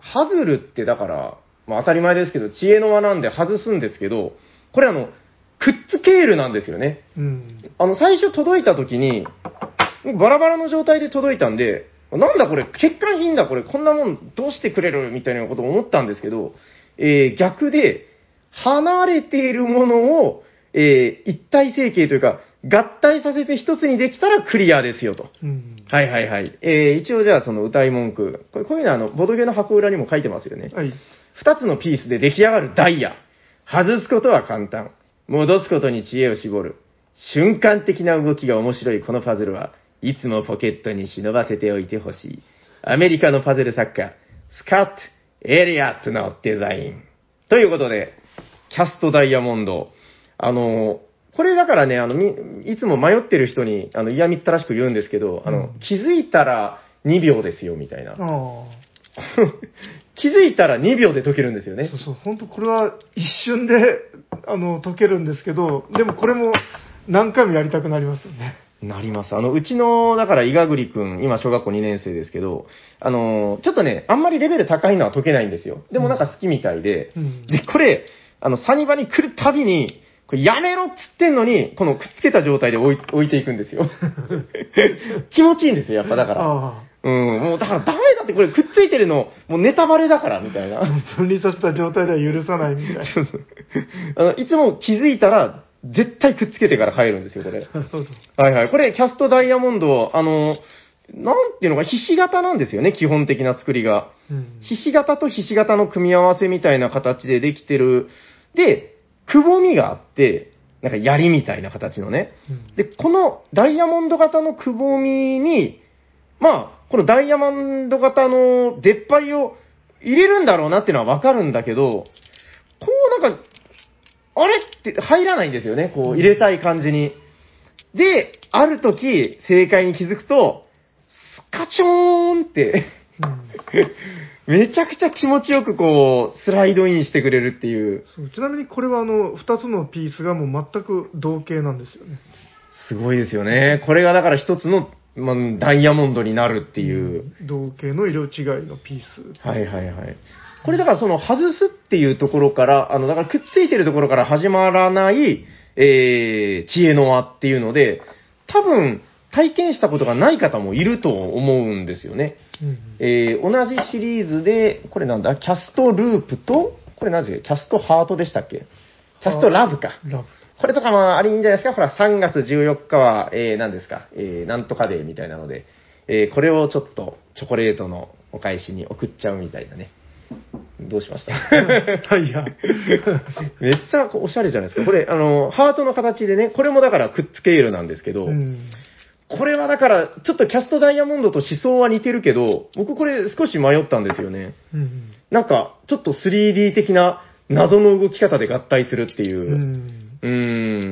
ハズルってだから、まあ当たり前ですけど、知恵の輪なんで外すんですけど、これくっつけールなんですよね。 うん。 最初届いた時に、バラバラの状態で届いたんで、なんだこれ、欠陥品だこれ、こんなもんどうしてくれるみたいなことを思ったんですけど、逆で、離れているものを、一体成形というか、合体させて一つにできたらクリアですよと。 うん。 はいはいはい。一応じゃあその歌い文句。こういうのはボドゲの箱裏にも書いてますよね。 はい。 二つのピースで出来上がるダイヤ。外すことは簡単。戻すことに知恵を絞る。瞬間的な動きが面白いこのパズルはいつもポケットに忍ばせておいてほしい。アメリカのパズル作家、スカット・エリアットのデザイン。ということで、キャストダイヤモンド。これだからね、いつも迷ってる人に、嫌みったらしく言うんですけど、気づいたら2秒ですよ、みたいな。 ああ。 気づいたら2秒で解けるんですよね。 そうそう、本当これは一瞬で、解けるんですけど、でもこれも何回もやりたくなりますよね。 なります。うちの、だから、伊賀栗くん、今小学校2年生ですけど、ちょっとね、あんまりレベル高いのは解けないんですよ。でもなんか好きみたいで、 うん、 で、これ、サニバに来るたびに、これやめろっつってんのに、このくっつけた状態で置いていくんですよ。気持ちいいんですよ、やっぱだから。 あうん、もうだからダメだってこれくっついてるの、もうネタバレだから、みたいな。 分離させた状態では許さないみたいな。 いつも気づいたら、絶対くっつけてから帰るんですよ、これ。 なるほど。 はいはい。これ、キャストダイヤモンド、なんていうのか、ひし形なんですよね、基本的な作りが。 うん、 ひし形とひし形の組み合わせみたいな形でできてる。で、くぼみがあって、なんか槍みたいな形のね。 うん、 で、このダイヤモンド型のくぼみに、まあ、このダイヤモンド型の出っ張りを入れるんだろうなっていうのはわかるんだけど、こうなんか、あれって入らないんですよね。こう入れたい感じに。で、ある時、正解に気づくと、スカチョーンって、めちゃくちゃ気持ちよくこう、スライドインしてくれるっていう。 そうちなみにこれは2つのピースがもう全く同型なんですよね。 すごいですよね。これがだから一つの、まあ、ダイヤモンドになるっていう。 同型の色違いのピース。 はいはいはい。これだからその外すっていうところから、だからくっついてるところから始まらない、知恵の輪っていうので、多分体験したことがない方もいると思うんですよね。同じシリーズで、これなんだ、キャストループと、これ何ですか、キャストハートでしたっけ？キャストラブか。 ラブ。 これとかもありいいんじゃないですか。ほら、3月14日は、何ですか、なんとかデーみたいなので、これをちょっとチョコレートのお返しに送っちゃうみたいなね。どうしましたはいや。 めっちゃおしゃれじゃないですか。これ、ハートの形でね、これもだからくっつけールなんですけど、これはだから、ちょっとキャストダイヤモンドと思想は似てるけど、僕これ少し迷ったんですよね。なんか、ちょっと 3D 的な謎の動き方で合体するっていう。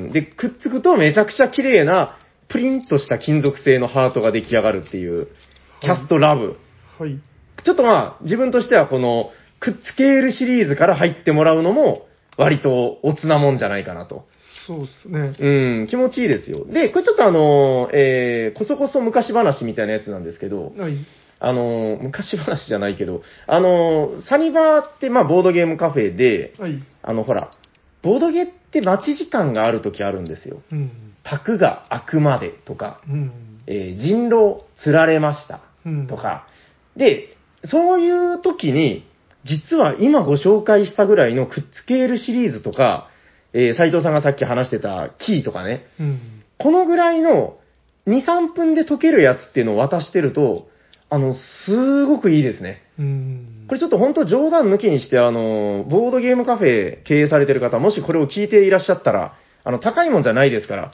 で、くっつくとめちゃくちゃ綺麗な、プリンとした金属製のハートが出来上がるっていう、キャストラブ。 はい。 ちょっとまあ、自分としてはこの、くっつけーるシリーズから入ってもらうのも、割とおつなもんじゃないかなと。 そうですね。 気持ちいいですよ。で、これちょっとこそこそ昔話みたいなやつなんですけど、 はい。 昔話じゃないけど、サニバーってまあ、ボードゲームカフェで、 はい。 ほら、ボードゲって待ち時間がある時あるんですよ。卓が開くまでとか、人狼釣られましたとか、で、そういう時に、実は今ご紹介したぐらいのくっつけーるシリーズとか、斉藤さんがさっき話してたキーとかね、このぐらいの2、3分で解けるやつっていうのを渡してると、すごくいいですね。これちょっと本当冗談抜きにして、ボードゲームカフェ経営されてる方、もしこれを聞いていらっしゃったら、高いもんじゃないですから、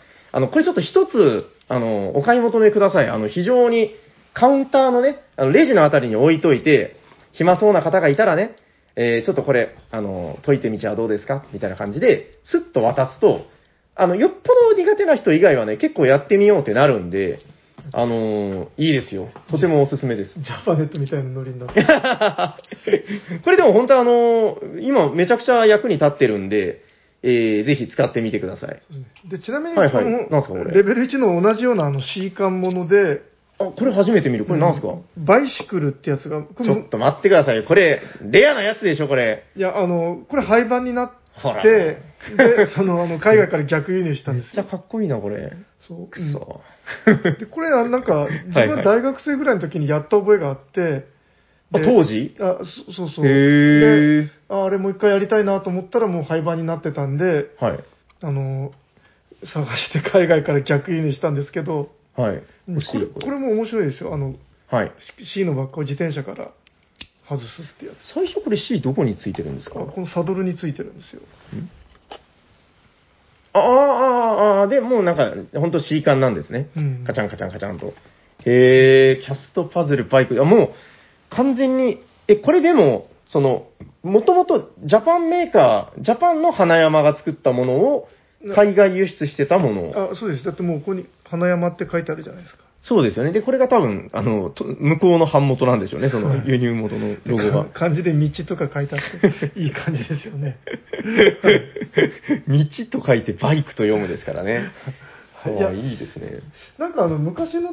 これちょっと一つ、お買い求めください。非常にカウンターのね、レジのあたりに置いといて、暇そうな方がいたらね、ちょっとこれ、解いてみちゃどうですかみたいな感じで、スッと渡すと、よっぽど苦手な人以外はね、結構やってみようってなるんで、いいですよ。とてもおすすめです。 ジャパネットみたいなノリになってこれでも本当今めちゃくちゃ役に立ってるんで、ぜひ使ってみてください。 でちなみに、 はいはい、なんすかこれレベル1の同じようなC 缶もので、 あ、これ初めて見る。これなんすか、 バイシクルってやつが、これちょっと待ってください。これ、レアなやつでしょ、これ。 いや、これ廃盤になっほら。 て、で、海外から逆輸入したんですよ。 めっちゃかっこいいな、これ。 そう。 くそ。 で、これはなんか、自分は大学生ぐらいの時にやった覚えがあって、 あ、当時そうそう。 へー。 で、あれもう一回やりたいなと思ったらもう廃盤になってたんで、 はい。 探して海外から逆輸入したんですけど、 はい。欲しいこれも面白いですよ。 はい。 C のバックを自転車から外すってやつ。 最初これ C どこについてるんですか？ このサドルについてるんですよ。 で、もうなんか、ほんと C 感なんですね。 うんカチャンカチャンカチャンと。へー、キャストパズルバイク。もう、完全に、これでも、もともとジャパンメーカー、ジャパンの花山が作ったものを海外輸出してたもの。 そうです。だってもうここに花山って書いてあるじゃないですか。 そうですよね。で、これが多分、向こうの版元なんでしょうね、その輸入元のロゴが。 漢字で道とか書いてあって、いい感じですよね。 道と書いてバイクと読むですからね。 いやいいですね。 なんか昔のって、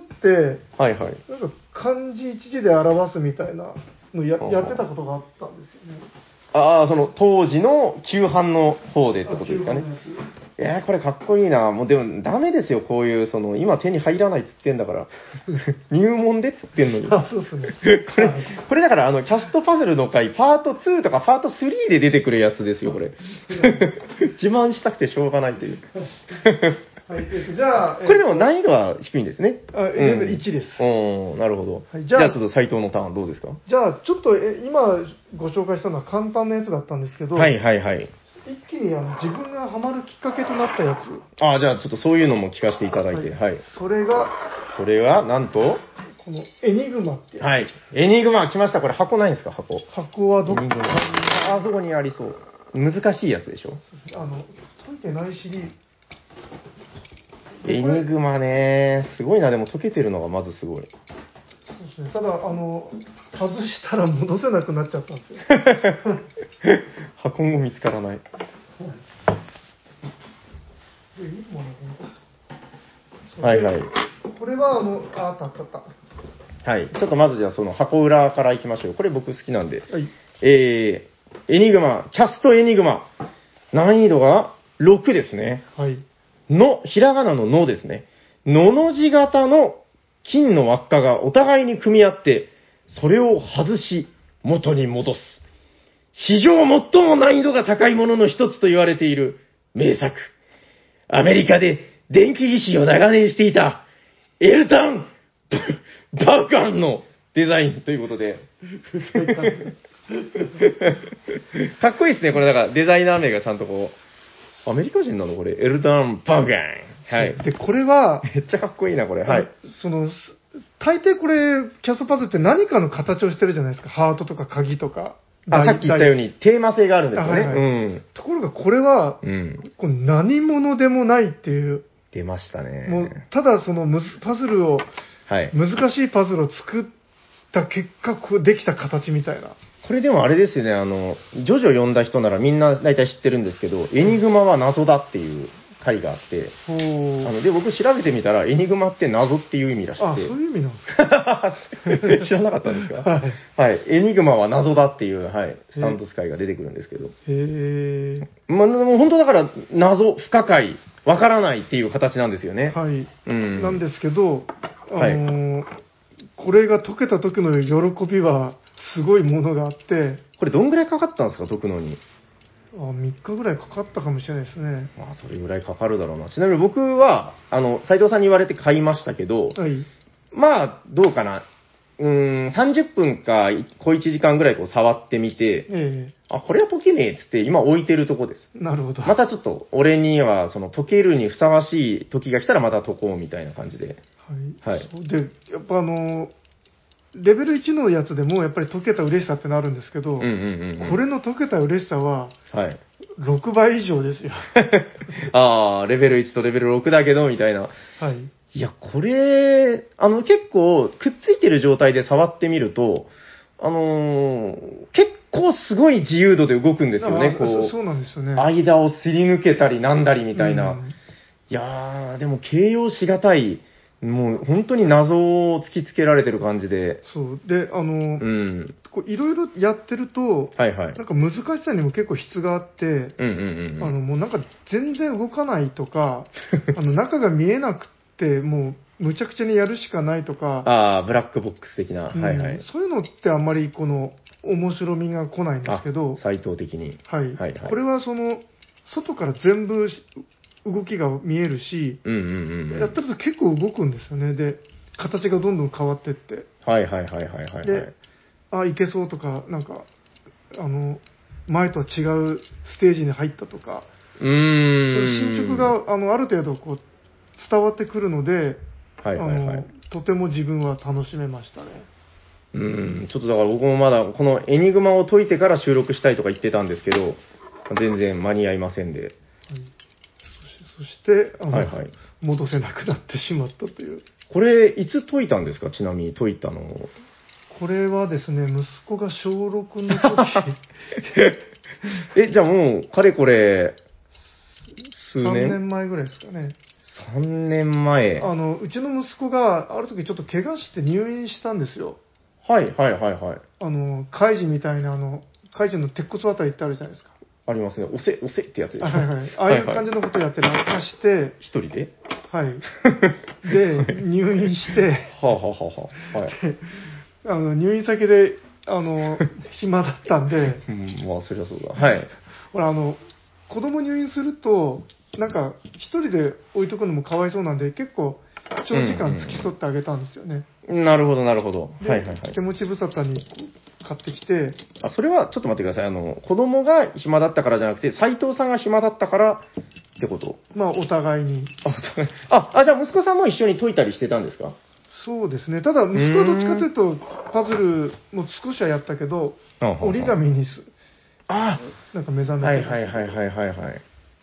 はいはい。 なんか漢字一字で表すみたいなのやってたことがあったんですよね。 その当時の旧版の方でってことですかね。これかっこいいな。もうでもダメですよ、こういう、今手に入らないっつってんだから。入門でっつってんのに。 そうですね。 これだから、キャストパズルの回、パート2とかパート3で出てくるやつですよ、これ。自慢したくてしょうがないという。 はい、じゃあ、 これでも難易度は低いんですね。 レベル1です。 なるほど。 はい、 じゃあちょっと斉藤のターンどうですか？ じゃあ、ちょっと今ご紹介したのは簡単なやつだったんですけど、 はいはいはい。 一気に自分がハマるきっかけとなったやつ。 じゃあちょっとそういうのも聞かせていただいて。はい。 それは、なんと、 このエニグマってやつ。 はい。エニグマ来ました。これ箱ないんですか、箱。 箱はどこエニグマ。あそこにありそう。難しいやつでしょ。 解いてないシリーズ。 エニグマね、すごいな。でも解けてるのがまずすごい。 そうですね。ただ、外したら戻せなくなっちゃったんですよ。 箱も見つからない。はいはい。 これは、あった。 はい。ちょっとまずじゃあその箱裏からいきましょう。これ僕好きなんで。 はい。 エニグマ、キャストエニグマ。難易度が6ですね。 はい。 ひらがなののですね。のの字型の金の輪っかがお互いに組み合って、それを外し、元に戻す。史上最も難易度が高いものの一つと言われている名作。アメリカで電気技師を長年していたエルタン・バウカンのデザインということで。かっこいいですね。これだからデザイナー名がちゃんとこう、アメリカ人なのこれ。エルタン・バウカン。はい。 で、これは、 めっちゃかっこいいな、これ。はい。 大抵これ、キャストパズルって何かの形をしてるじゃないですか。ハートとか鍵とか。 さっき言ったようにテーマ性があるんですよね。 はいはい、ところがこれは、これ何者でもないっていう。 出ましたね。 もうただパズルを、難しいパズルを作った結果、こうできた形みたいな。 これでもあれですよね、ジョジョ読んだ人ならみんな大体知ってるんですけど、エニグマは謎だっていう回があって、で、僕調べてみたら、エニグマって謎っていう意味らしくて。 そういう意味なんですか知らなかったんですかはい。エニグマは謎だっていう、はい、スタンド使いが出てくるんですけど。もう本当だから、謎、不可解、わからないっていう形なんですよね。 はい。なんですけど、これが解けた時の喜びは、すごいものがあって。 これどんぐらいかかったんですか、解くのに。 3日ぐらいかかったかもしれないですね。 それぐらいかかるだろうな。ちなみに僕は、斉藤さんに言われて買いましたけど、 はい、 どうかな。30分か小1時間ぐらいこう触ってみて、これは解けねえっつって今置いてるとこです。 なるほど。 またちょっと、俺には解けるにふさわしい時が来たらまた解こうみたいな感じで。 はい。で、やっぱレベル1のやつでもやっぱり解けた嬉しさってなるんですけど、これの解けた嬉しさは、6倍以上ですよ。 レベル1とレベル6だけど、みたいな。 はい。 いや、これ、結構、くっついてる状態で触ってみると、結構すごい自由度で動くんですよね、 そうなんですよね。 間をすり抜けたりなんだりみたいな。いやー、でも形容しがたいもう本当に謎を突きつけられてる感じで。 そう。で、 うん。 いろいろやってると、 はいはい。 なんか難しさにも結構質があって、 うんうんうん。 もうなんか全然動かないとか、中が見えなくて、もうむちゃくちゃにやるしかないとか、 ああ、ブラックボックス的な。 うんはいはい。 そういうのってあんまりこの面白みが来ないんですけど、 斎藤的に。 はい、 はいはい。 これはその、外から全部動きが見えるし、 うんうんうんうん。 やってると結構動くんですよね。で、形がどんどん変わってって。 はいはいはいはいはいはい。 で、いけそうとか、なんか、前とは違うステージに入ったとか、 うーん。 そういう進捗がある程度こう伝わってくるので、 はいはいはい。 とても自分は楽しめましたね。 ちょっとだから僕もまだこのエニグマを解いてから収録したいとか言ってたんですけど、全然間に合いませんで。 はい、そしてはいはい。 戻せなくなってしまったという。 これ、いつ解いたんですか、ちなみに解いたの。 これはですね、息子が小6の時じゃあもう、かれこれ、数 3 年年前ぐらいですかね。 3年前。 うちの息子がある時ちょっと怪我して入院したんですよ。 はいはいはいはい。 カイジみたいなカイジの鉄骨あたりってあるじゃないですか。 ありますね。押せってやつでしょ。 はいはい。ああいう感じのことをやって落下して、 一人ではい。で、入院して、 はあはあはあはあ。はい。 で入院先で、暇だったんで、 まあ、そりゃそうだ。はい。 ほら、子供入院すると、なんか、一人で置いとくのもかわいそうなんで、結構、長時間付き添ってあげたんですよね。 なるほど、なるほど。 ではいはいはい。 手持ち無沙汰に買ってきて、 それは、ちょっと待ってください。子供が暇だったからじゃなくて、斎藤さんが暇だったからってことまあ、お互いに。 じゃあ息子さんも一緒に解いたりしてたんですか？ そうですね。ただ、息子はどっちかというと、パズルも少しはやったけど、折り紙になんか目覚めてはいはいはいはいはい。 はい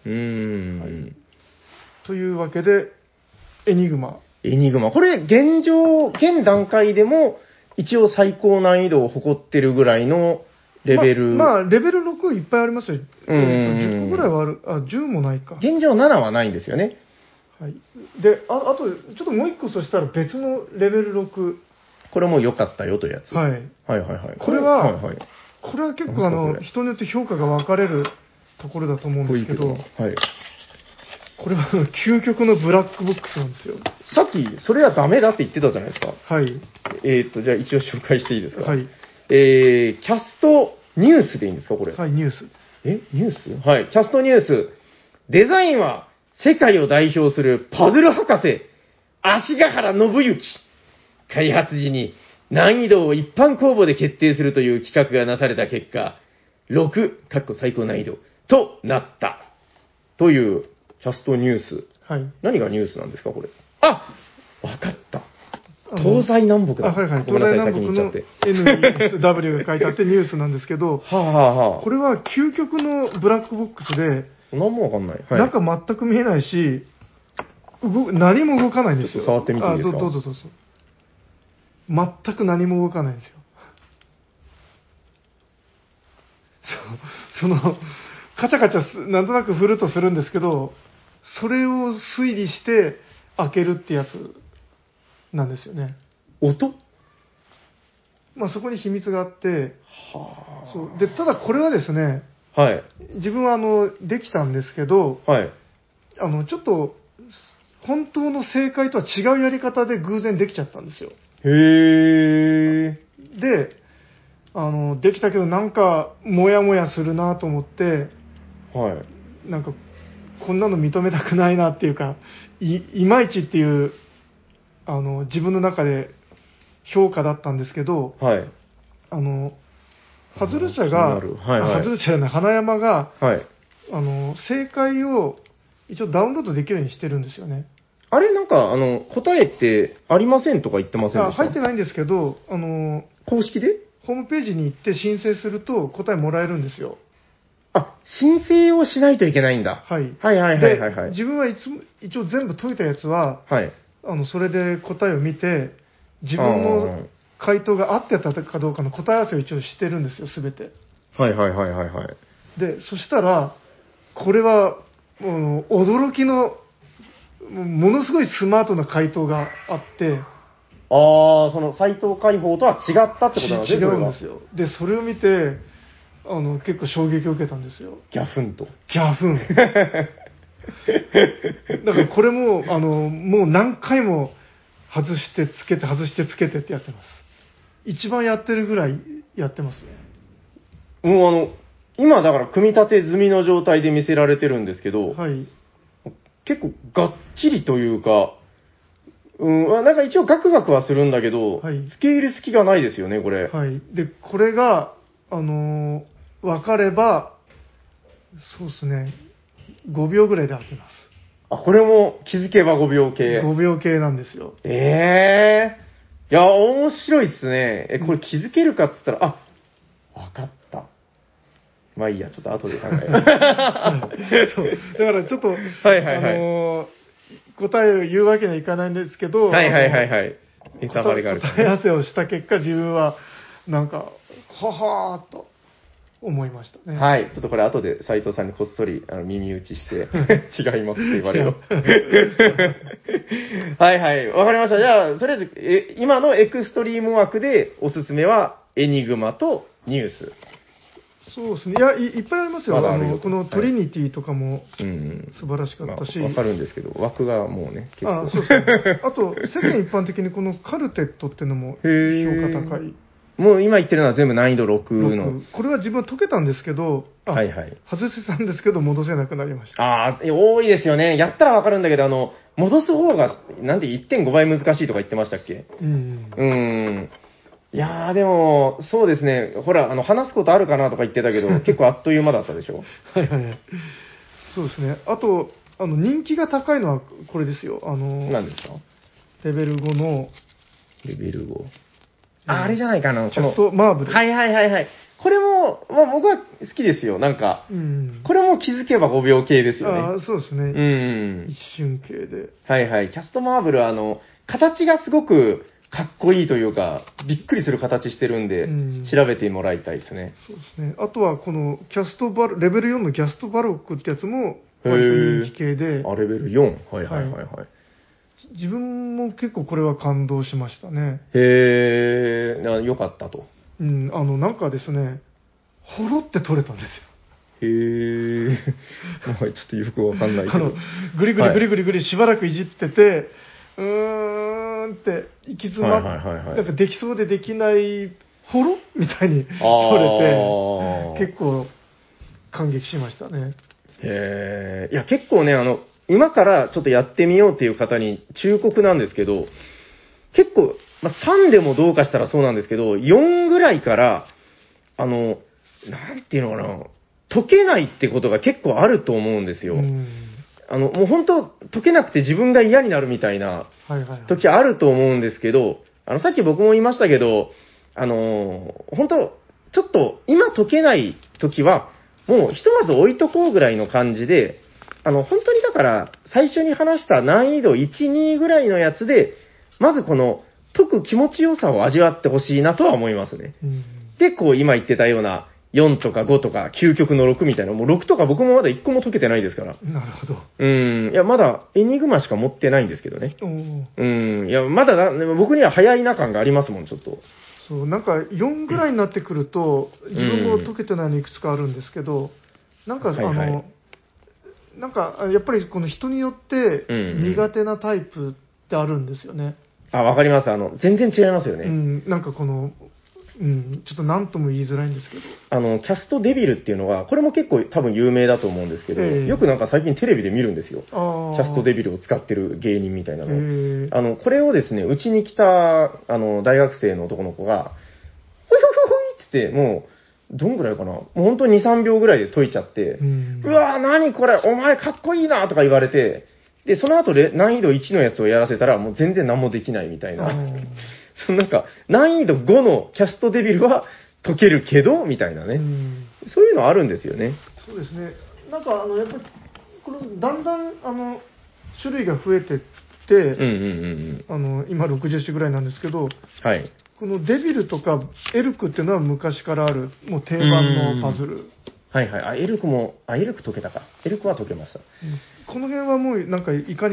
というわけで、エニグマ。 エニグマ。これ、現段階でも、一応最高難易度を誇ってるぐらいのレベル。 まあ、レベル6いっぱいありますよ。10個ぐらいはある。10もないか。 現状7はないんですよね。 はい。で、あと、ちょっともう一個そしたら別のレベル6。 これも良かったよというやつ。 はい。 はいはいはい。 これは、 はいはい、 これは結構人によって評価が分かれるところだと思うんですけど、 はい。 これは究極のブラックボックスなんですよ。 さっき、それはダメだって言ってたじゃないですか。 はい。 じゃあ一応紹介していいですか。 はい。 キャストニュースでいいんですか、これ。 はい、ニュース。 ニュースはい。キャストニュース。デザインは世界を代表するパズル博士、足ヶ原信之。開発時に難易度を一般公募で決定するという企画がなされた結果、6、最高難易度となった。というキャストニュース。 はい。 何がニュースなんですか、これ。わかった。東西南北だ。 はいはい。 ごめんなさい、 東西先に言っちゃって。 南北の NESW が書いてあってニュースなんですけど、これは究極のブラックボックスで、 何もわかんない。はい、 中全く見えないし、何も動かないんですよ。 ちょっと触ってみていいですか？ どうぞ。全く何も動かないんですよ。カチャカチャなんとなく振るとするんですけど、それを推理して開けるってやつなんですよね。 音？ まあそこに秘密があって、そうでただこれはですね、 はい。 自分はできたんですけど、 はい。 ちょっと本当の正解とは違うやり方で偶然できちゃったんですよ。 へー。 で、できたけどなんかモヤモヤするなと思って、 はい。 なんかこんなの認めたくないなっていうか、いまいちっていう自分の中で評価だったんですけど、 はい。 ハズル社が、ハズル社じゃない、花山が、 はい。 正解を一応ダウンロードできるようにしてるんですよね。 あれ、なんか、答えってありませんとか言ってませんでした？ 入ってないんですけど、 公式でホームページに行って申請すると答えもらえるんですよ。 申請をしないといけないんだ。 はい。 はい。 自分はいつも、一応全部解いたやつは、 はい。 それで答えを見て、自分の回答が合ってたかどうかの答え合わせを一応してるんですよ、すべて。 はい。 で、そしたら、これは、もう、驚きのものすごいスマートな回答があって、 その斎藤解放とは違ったってことなんですね。 違うんですよ。で、それを見て、結構衝撃を受けたんですよ。 ギャフンと。 ギャフン。だからこれも、もう何回も外してつけて、外してつけてってやってます。一番やってるぐらいやってますね。 もう今だから組み立て済みの状態で見せられてるんですけど、 はい。 結構がっちりというか、なんか一応ガクガクはするんだけど、 はい、 付け入れ隙がないですよね、これ。 はい。で、これが、分かれば、そうですね、5秒ぐらいで開けます。 これも気づけば5秒系。 5秒系なんですよ。 いや、面白いっすね。これ気づけるかっつったら、わかった。まあいいや、ちょっと後で考えよう。 はい、そうだからちょっと、 はいはいはい。 答えを言うわけにはいかないんですけど、 はいはいはいはい。ネタバレがあるからね、 答え合わせをした結果、自分は、なんか、ははーっと思いましたね。 はい。ちょっとこれ後で斉藤さんにこっそり耳打ちして、違いますって言われよ。はいはい。わかりました。じゃあ、とりあえず、今のエクストリーム枠でおすすめは、エニグマとニュース。 そうですね。いっぱいありますよ。 まだあるよこのトリニティとかも素晴らしかったし。 わかるんですけど、枠がもうね、結構。 そうですね。あと、世間一般的にこのカルテットっていうのも評価高い。 もう今言ってるのは全部難易度6の。 これは自分は解けたんですけど、 はいはい。 外せたんですけど、戻せなくなりました。 多いですよね。やったらわかるんだけど、戻す方が、なんで 1.5 倍難しいとか言ってましたっけ？いやー、でも、そうですね。ほら、話すことあるかなとか言ってたけど、結構あっという間だったでしょ？ はいはいはい。そうですね。あと、人気が高いのはこれですよ。 何ですか？ レベル5の。 レベル5。あれじゃないかな。 キャストマーブル。 はいはいはいはい。これも、まあ僕は好きですよ。なんか、これも気づけば5秒系ですよね。 そうですね。一瞬系で。 はいはい。キャストマーブルは形がすごくかっこいいというか、びっくりする形してるんで、調べてもらいたいですね。 そうですね。あとはこのレベル4のキャストバロックってやつも、割と人気系で。 レベル 4? はいはいはいはい。 自分も結構これは感動しましたね。 よかったと。 なんかですね、ほろって取れたんですよ。まあちょっとよくわかんないけど。 ぐりぐりぐりぐりぐりしばらくいじってて、って行き詰まって、なんかできそうでできない、ほろみたいに取れて、結構感激しましたね。 いや、結構ね、今からちょっとやってみようっていう方に忠告なんですけど、結構、3でもどうかしたらそうなんですけど、4ぐらいから、なんていうのかな、解けないってことが結構あると思うんですよ。もう本当、解けなくて自分が嫌になるみたいな時あると思うんですけど、さっき僕も言いましたけど、本当、ちょっと今解けない時は、もうひとまず置いとこうぐらいの感じで、本当にだから、最初に話した難易度1、2ぐらいのやつで、まずこの、解く気持ちよさを味わってほしいなとは思いますね。で、こう今言ってたような、4とか5とか、究極の6みたいな、もう6とか僕もまだ1個も解けてないですから。 なるほど。 いや、まだエニグマしか持ってないんですけどね。いや、まだ僕には早いな感がありますもん、ちょっと。 そう、なんか4ぐらいになってくると、自分も解けてないのいくつかあるんですけど、なんかなんか、やっぱりこの人によって苦手なタイプってあるんですよね。 わかります。全然違いますよね。 なんかこの、ちょっと何とも言いづらいんですけど。 キャストデビルっていうのが、これも結構多分有名だと思うんですけど、よくなんか最近テレビで見るんですよ。キャストデビルを使ってる芸人みたいなの。これをですね、うちに来た、大学生の男の子が、ほいほいほいって言って、もう、どんぐらいかな、もう本当に2、3秒ぐらいで解いちゃって、うわー、何これ、お前かっこいいなとか言われて、で、その後で難易度1のやつをやらせたら、もう全然何もできないみたいな。なんか、難易度5のキャストデビルは解けるけど、みたいなね。そういうのあるんですよね。 そうですね。なんか、やっぱり、この、だんだん、種類が増えてって、今60種ぐらいなんですけど、 はい。 このデビルとかエルクっていうのは昔からある、もう定番のパズル。 はいはい。エルク解けたか。エルクは解けました。 この辺はもう、なんか、いかにも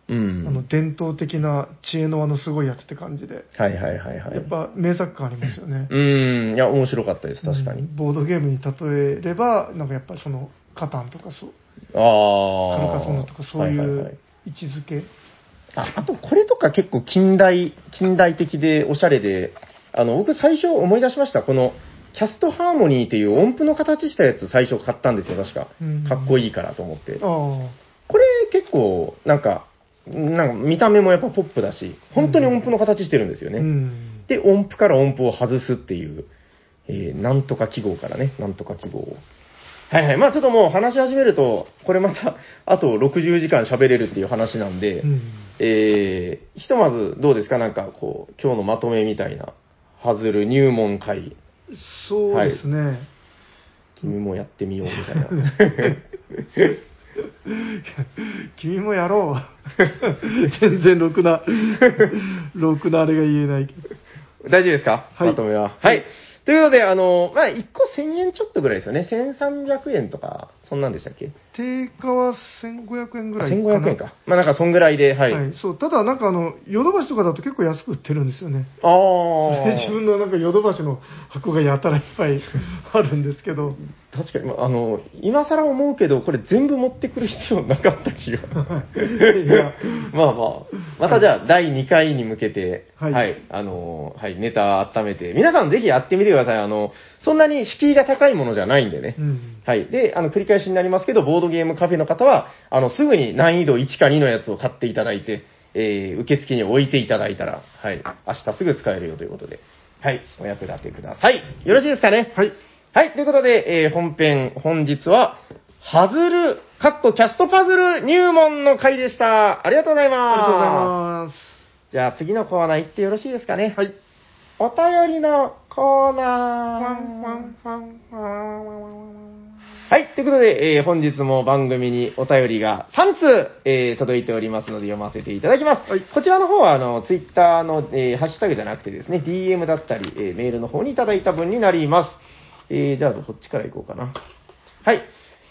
伝統的な知恵の輪のすごいやつって感じで、 はいはいはいはい。 やっぱ名作感ありますよね。 いや、面白かったです、確かに。 ボードゲームに例えれば、なんかやっぱりその、カタンとかそう、 ああ。 カルカソンヌとかそういはいはいはう位置づけ。 あと、これとか結構近代的でおしゃれで、僕最初思い出しました。この、キャストハーモニーっていう音符の形したやつ最初買ったんですよ、確か。かっこいいからと思って。これ結構、なんか見た目もやっぱポップだし、本当に音符の形してるんですよね。で、音符から音符を外すっていう、なんとか記号からね、なんとか記号を。はいはい。まあちょっともう話し始めると、これまた、あと60時間喋れるっていう話なんで、ひとまずどうですか、なんかこう、今日のまとめみたいな、ハズル入門会。 そうですね、はい。 君もやってみようみたいな。 君もやろう。全然ろくなあれが言えないけど。 大丈夫ですか、 はい、 まとめは。はい。ということで、まあ、1個1000円ちょっとぐらいですよね。1300円とか、そんなんでしたっけ？ 定価は1500円ぐらいかな。 1500円か。まあなんかそんぐらいで、はい。 はい、そう。ただなんかヨドバシとかだと結構安く売ってるんですよね。 ああ。 自分のなんかヨドバシの箱がやたらいっぱいあるんですけど。 確かに、今更思うけど、これ全部持ってくる必要なかった気が。いや、まあまあ。またじゃあ、第2回に向けて、はい、はい、はい、ネタ温めて、皆さんぜひやってみてください。そんなに敷居が高いものじゃないんでね。はい。で、繰り返しになりますけど、ボードゲームカフェの方は、すぐに難易度1か2のやつを買っていただいて、受付に置いていただいたら、はい、明日すぐ使えるよということで、はい、お役立てください。よろしいですかね？ はい。 はい、ということで、本日は、ハズル、キャストパズル入門の回でした。ありがとうございます。 ありがとうございます。 じゃあ次のコーナー行ってよろしいですかね？ はい。 お便りのコーナー。はい。ということで、本日も番組にお便りが3通、届いておりますので読ませていただきます。はい、こちらの方は、ツイッターの、ハッシュタグじゃなくてですね、DM だったり、メールの方にいただいた分になります。じゃあ、こっちから行こうかな。はい。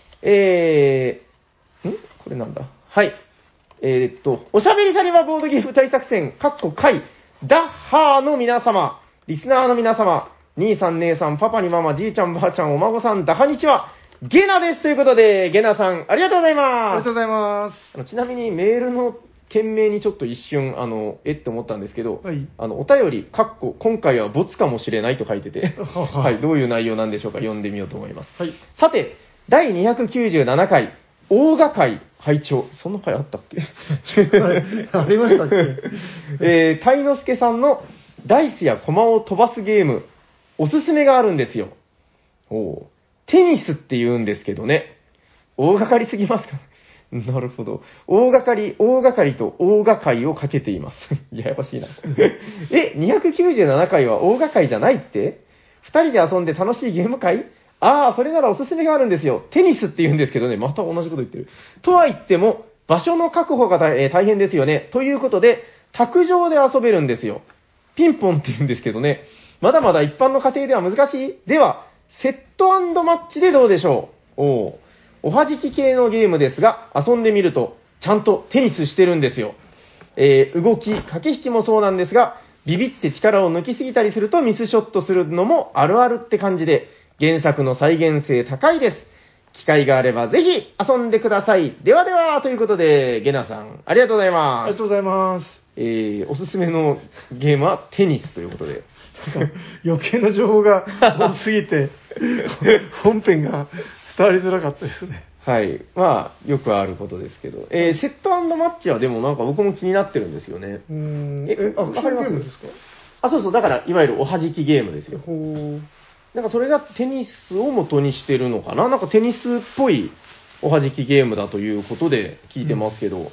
これなんだ。はい。おしゃべりサニバボードゲーム大作戦、回、ダッハーの皆様、リスナーの皆様、兄さん、姉さん、パパにママ、じいちゃん、ばあちゃん、お孫さん、ダハニチは、ゲナですということで、ゲナさん、ありがとうございます。 ありがとうございます。 ちなみにメールの件名にちょっと一瞬、って思ったんですけど、 はい、 お便り、今回はボツかもしれないと書いてて、はい、どういう内容なんでしょうか、読んでみようと思います。 はい、 さて、第297回、大賀会拝聴。そんな回あったっけありましたっけタイノスケさんのダイスやコマを飛ばすゲーム、おすすめがあるんですよ。テニスって言うんですけどね。大掛かりすぎますかなるほど。大掛かりと大掛かりをかけています。ややこしいな。297回は大掛かりじゃないって？二人で遊んで楽しいゲーム会？ああ、それならおすすめがあるんですよ。テニスって言うんですけどね、また同じこと言ってる。とは言っても、場所の確保が大変ですよね。ということで、卓上で遊べるんですよ。ピンポンって言うんですけどね。まだまだ一般の家庭では難しい？では、セット&マッチでどうでしょう？おはじき系のゲームですが、遊んでみると、ちゃんとテニスしてるんですよ。動き、駆け引きもそうなんですが、ビビって力を抜きすぎたりするとミスショットするのもあるあるって感じで、原作の再現性高いです。機会があればぜひ遊んでください。ではでは、ということで、ゲナさん、ありがとうございます。 ありがとうございます。 おすすめのゲームはテニスということで。 余計な情報が多すぎて、本編が伝わりづらかったですね。 はい。まあ、よくあることですけど。セット&マッチはでもなんか僕も気になってるんですよね。 わかります？ですか？ そう、だから、いわゆるおはじきゲームですよ。なんかそれがテニスを元にしてるのかな？なんかテニスっぽいおはじきゲームだということで聞いてますけど。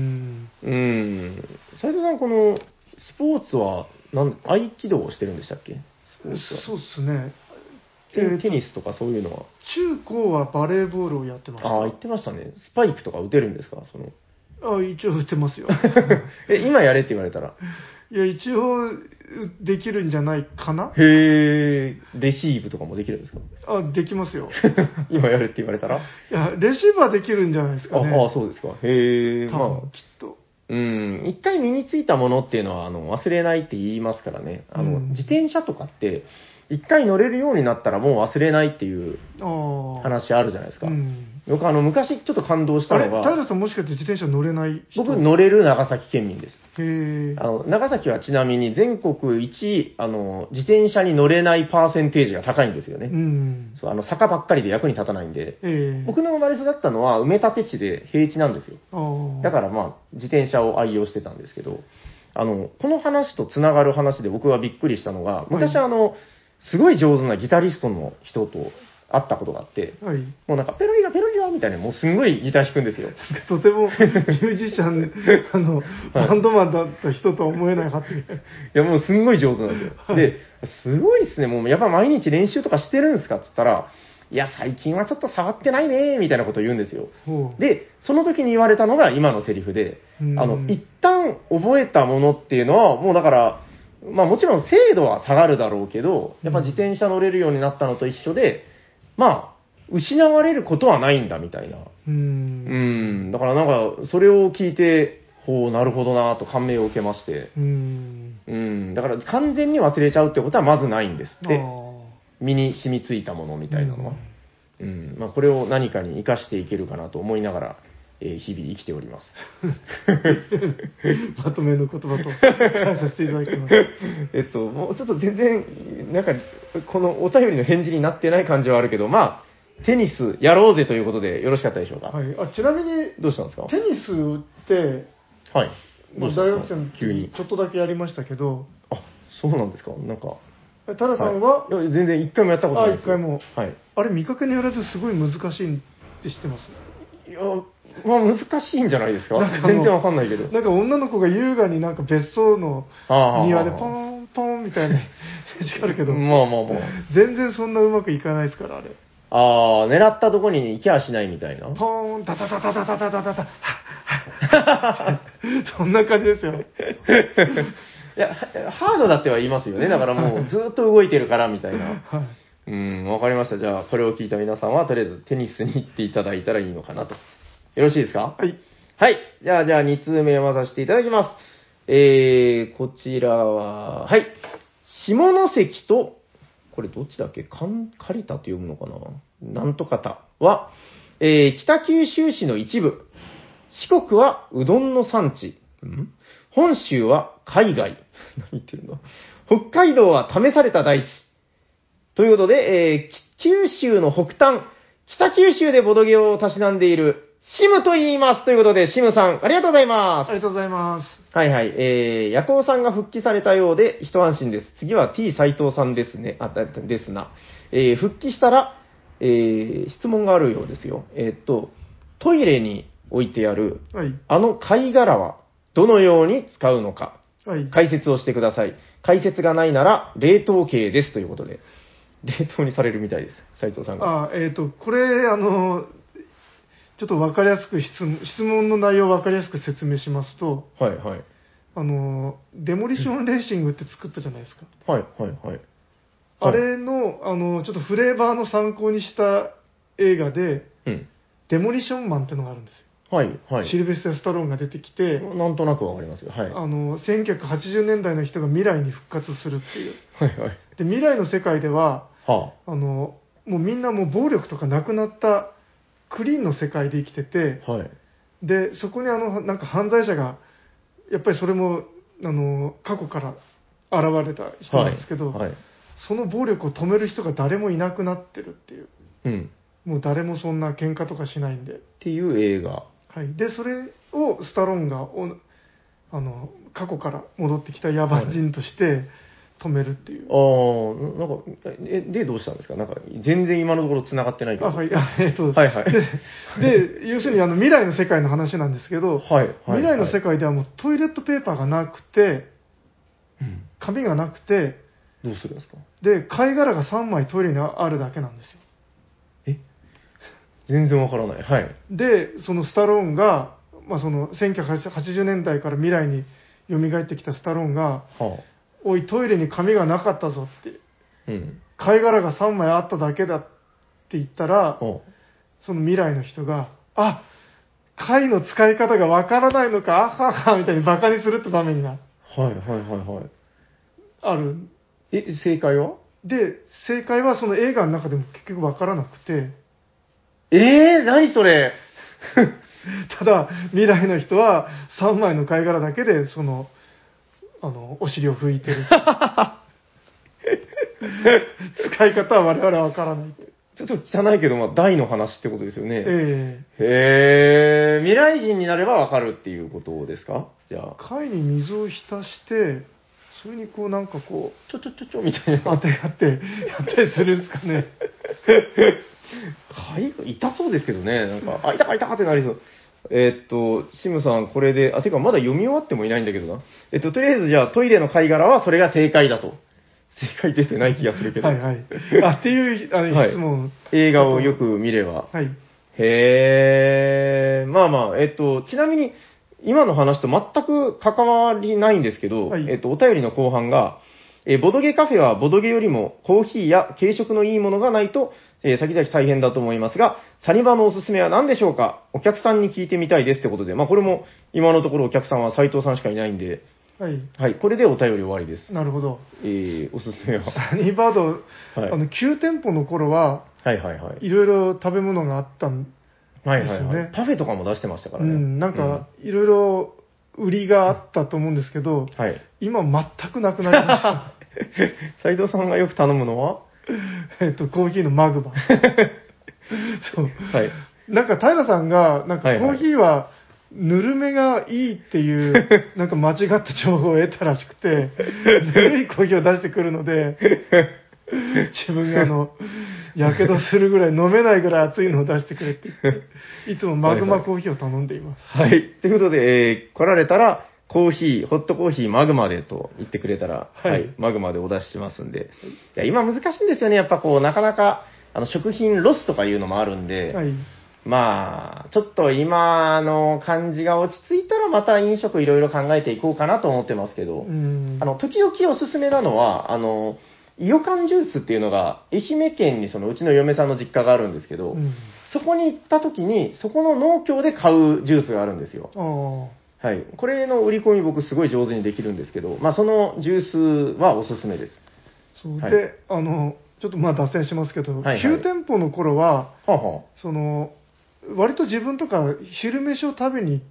斉藤さん、このスポーツは合気道をしてるんでしたっけ？スポーツは。 そうですね。 テニスとかそういうのは。 中高はバレーボールをやってました。 言ってましたね。スパイクとか打てるんですか？ 一応打ってますよ。 今やれって言われたら。 いや、一応できるんじゃないかな。 レシーブとかもできるんですか？ できますよ。 今やれって言われたら。 いや、レシーブはできるんじゃないですかね。 そうですか。 まあ、きっと。 一回身についたものっていうのは、忘れないって言いますからね。自転車とかって、一回乗れるようになったらもう忘れないっていう話あるじゃないですか。僕昔ちょっと感動したのが、 平さんもしかして自転車乗れない人？ 僕乗れる長崎県民です。 へ長崎はちなみに全国一、自転車に乗れないパーセンテージが高いんですよね。そう坂ばっかりで役に立たないんで、僕の生まれ育ったのは埋め立て地で平地なんですよ。だから自転車を愛用してたんですけど、この話とつながる話で僕がびっくりしたのが、昔すごい上手なギタリストの人と会ったことがあって、もうなんかペロリラペロリラみたいな、もうすんごいギター弾くんですよ。 とてもミュージシャン、バンドマンだった人とは思えない発言。 いやもうすんごい上手なんですよ。で、すごいっすね、もうやっぱ毎日練習とかしてるんですかって言ったら、いや最近はちょっと触ってないねみたいなことを言うんですよ。で、その時に言われたのが今のセリフで、一旦覚えたものっていうのは、もうだから、もちろん精度は下がるだろうけど、やっぱ自転車乗れるようになったのと一緒で、失われることはないんだみたいな。だからなんか、それを聞いて、なるほどなと感銘を受けまして。だから完全に忘れちゃうってことはまずないんですって。身に染みついたものみたいなのは。これを何かに活かしていけるかなと思いながら、日々生きております。 まとめの言葉と返させていただきます。 もうちょっと全然、なんか、このお便りの返事になってない感じはあるけど、テニスやろうぜということでよろしかったでしょうか。 ちなみに、 どうしたんですか？ テニスって、 どうしたんですか？ 大学生の急にちょっとだけやりましたけど、 そうなんですか？なんか。 タラさんは、 いや全然一回もやったことないです。 一回も。あれ、見かけによらずすごい難しいって知ってます？ いや、難しいんじゃないですか？全然わかんないけど。 なんか女の子が優雅になんか別荘の庭でポンポンみたいなあるけど、全然そんなうまくいかないですから、あれ。 狙ったとこに行きゃしないみたいな。 ポーン、ダダダダダダダダダダ。そんな感じですよ。 いや、ハードだっては言いますよね。だからもうずっと動いてるからみたいな。わかりました。じゃあ、これを聞いた皆さんは、とりあえずテニスに行っていただいたらいいのかなと。よろしいですか？ はい。 はい。じゃあ、2通目読まさせていただきます。こちらは、下関と、これどっちだっけ？カリタと読むのかな？なんとかたは、北九州市の一部。四国はうどんの産地。本州は海外。何言ってるんだ？北海道は試された大地。ということで、九州の北端、北九州でボドゲをたしなんでいる、シムと言います。ということで、シムさん、ありがとうございます。 ありがとうございます。 ヤコウさんが復帰されたようで、一安心です。次は T 斎藤さんですね。ですな。復帰したら、質問があるようですよ。トイレに置いてある、貝殻は、どのように使うのか、解説をしてください。解説がないなら、冷凍系です。ということで。冷凍にされるみたいです、斉藤さんが。 これ、ちょっと分かりやすく質問の内容を分かりやすく説明しますと、デモリションレーシングって作ったじゃないですか。あれの、ちょっとフレーバーの参考にした映画で、デモリションマンってのがあるんですよ。シルベスター・スタローンが出てきて、 なんとなくわかりますよ。 1980年代の人が未来に復活するっていう。で、未来の世界では、もうみんなもう暴力とかなくなったクリーンの世界で生きてて、で、そこになんか犯罪者が、やっぱりそれも、過去から現れた人なんですけど、その暴力を止める人が誰もいなくなってるっていう。もう誰もそんな喧嘩とかしないんで。 っていう映画。 で、それをスタローンが、過去から戻ってきた野蛮人として、止めるっていう。 なんか、で、どうしたんですか？なんか、全然今のところ繋がってないけど。 で、要するに未来の世界の話なんですけど、未来の世界ではもうトイレットペーパーがなくて、紙がなくて、 どうするんですか？ で、貝殻が3枚トイレにあるだけなんですよ。 全然わからない。 で、そのスタローンが、その1980年代から未来に蘇ってきたスタローンが、おい、トイレに紙がなかったぞって、貝殻が3枚あっただけだって言ったら、その未来の人が、 貝の使い方がわからないのか、あははみたいにバカにするって場面がはいはいはいはい。 ある。 正解は？ で、正解はその映画の中でも結局わからなくて、 何それただ、未来の人は3枚の貝殻だけで、お尻を拭いてる。使い方は我々はわからない。 ちょっと汚いけど、まあ、大の話ってことですよね。 え未来人になればわかるっていうことですか？じゃあ。 貝に水を浸して、それにこうなんかこう、 ちょみたいな。 当てやってやったりするんですかね。 痛そうですけどね。なんか、痛かってなりそう。シムさん、これで、てかまだ読み終わってもいないんだけどな。とりあえずじゃあトイレの貝殻はそれが正解だと。正解出てない気がするけど。 はいはい。っていう質問、 映画をよく見れば。 はい。 まあまあ、ちなみに、今の話と全く関わりないんですけど、 はいお便りの後半が、ボドゲカフェはボドゲよりもコーヒーや軽食のいいものがないと、先々大変だと思いますが、サニバのおすすめは何でしょうか？お客さんに聞いてみたいですってことで、まあこれも今のところお客さんは斉藤さんしかいないんで、 はい。 はい、これでお便り終わりです。 なるほど。 おすすめは。 サニーバード、 はい 9店舗の頃は、 はいはいはい。 いろいろ食べ物があったんはいですよね。 はいはい。パフェとかも出してましたからね。 なんか、いろいろ売りがあったと思うんですけど、 はい。 今全くなくなりました。 斉藤さんがよく頼むのはコーヒーのマグマ。そう。 はい。 なんか平さんが、なんかコーヒーはぬるめがいいっていう、なんか間違った情報を得たらしくて、ぬるいコーヒーを出してくるので、自分がやけどするぐらい、飲めないぐらい熱いのを出してくれって言って、いつもマグマコーヒーを頼んでいます。 はい。ということで、来られたら、コーヒー、ホットコーヒー、マグマでと言ってくれたら、はい、マグマでお出ししますんで。いや、今難しいんですよね。やっぱこう、なかなか、食品ロスとかいうのもあるんで、 はい。 まあ、ちょっと今の感じが落ち着いたらまた飲食いろいろ考えていこうかなと思ってますけど、時々おすすめなのは、イヨカンジュースっていうのが、愛媛県にうちの嫁さんの実家があるんですけど、そこに行った時に、そこの農協で買うジュースがあるんですよ。はい。これの売り込み僕すごい上手にできるんですけど、まあそのジュースはおすすめです。 そうはい、 で、ちょっとまあ脱線しますけど、 はいはい、 9店舗の頃は、 は割と自分とか昼飯を食べに行って、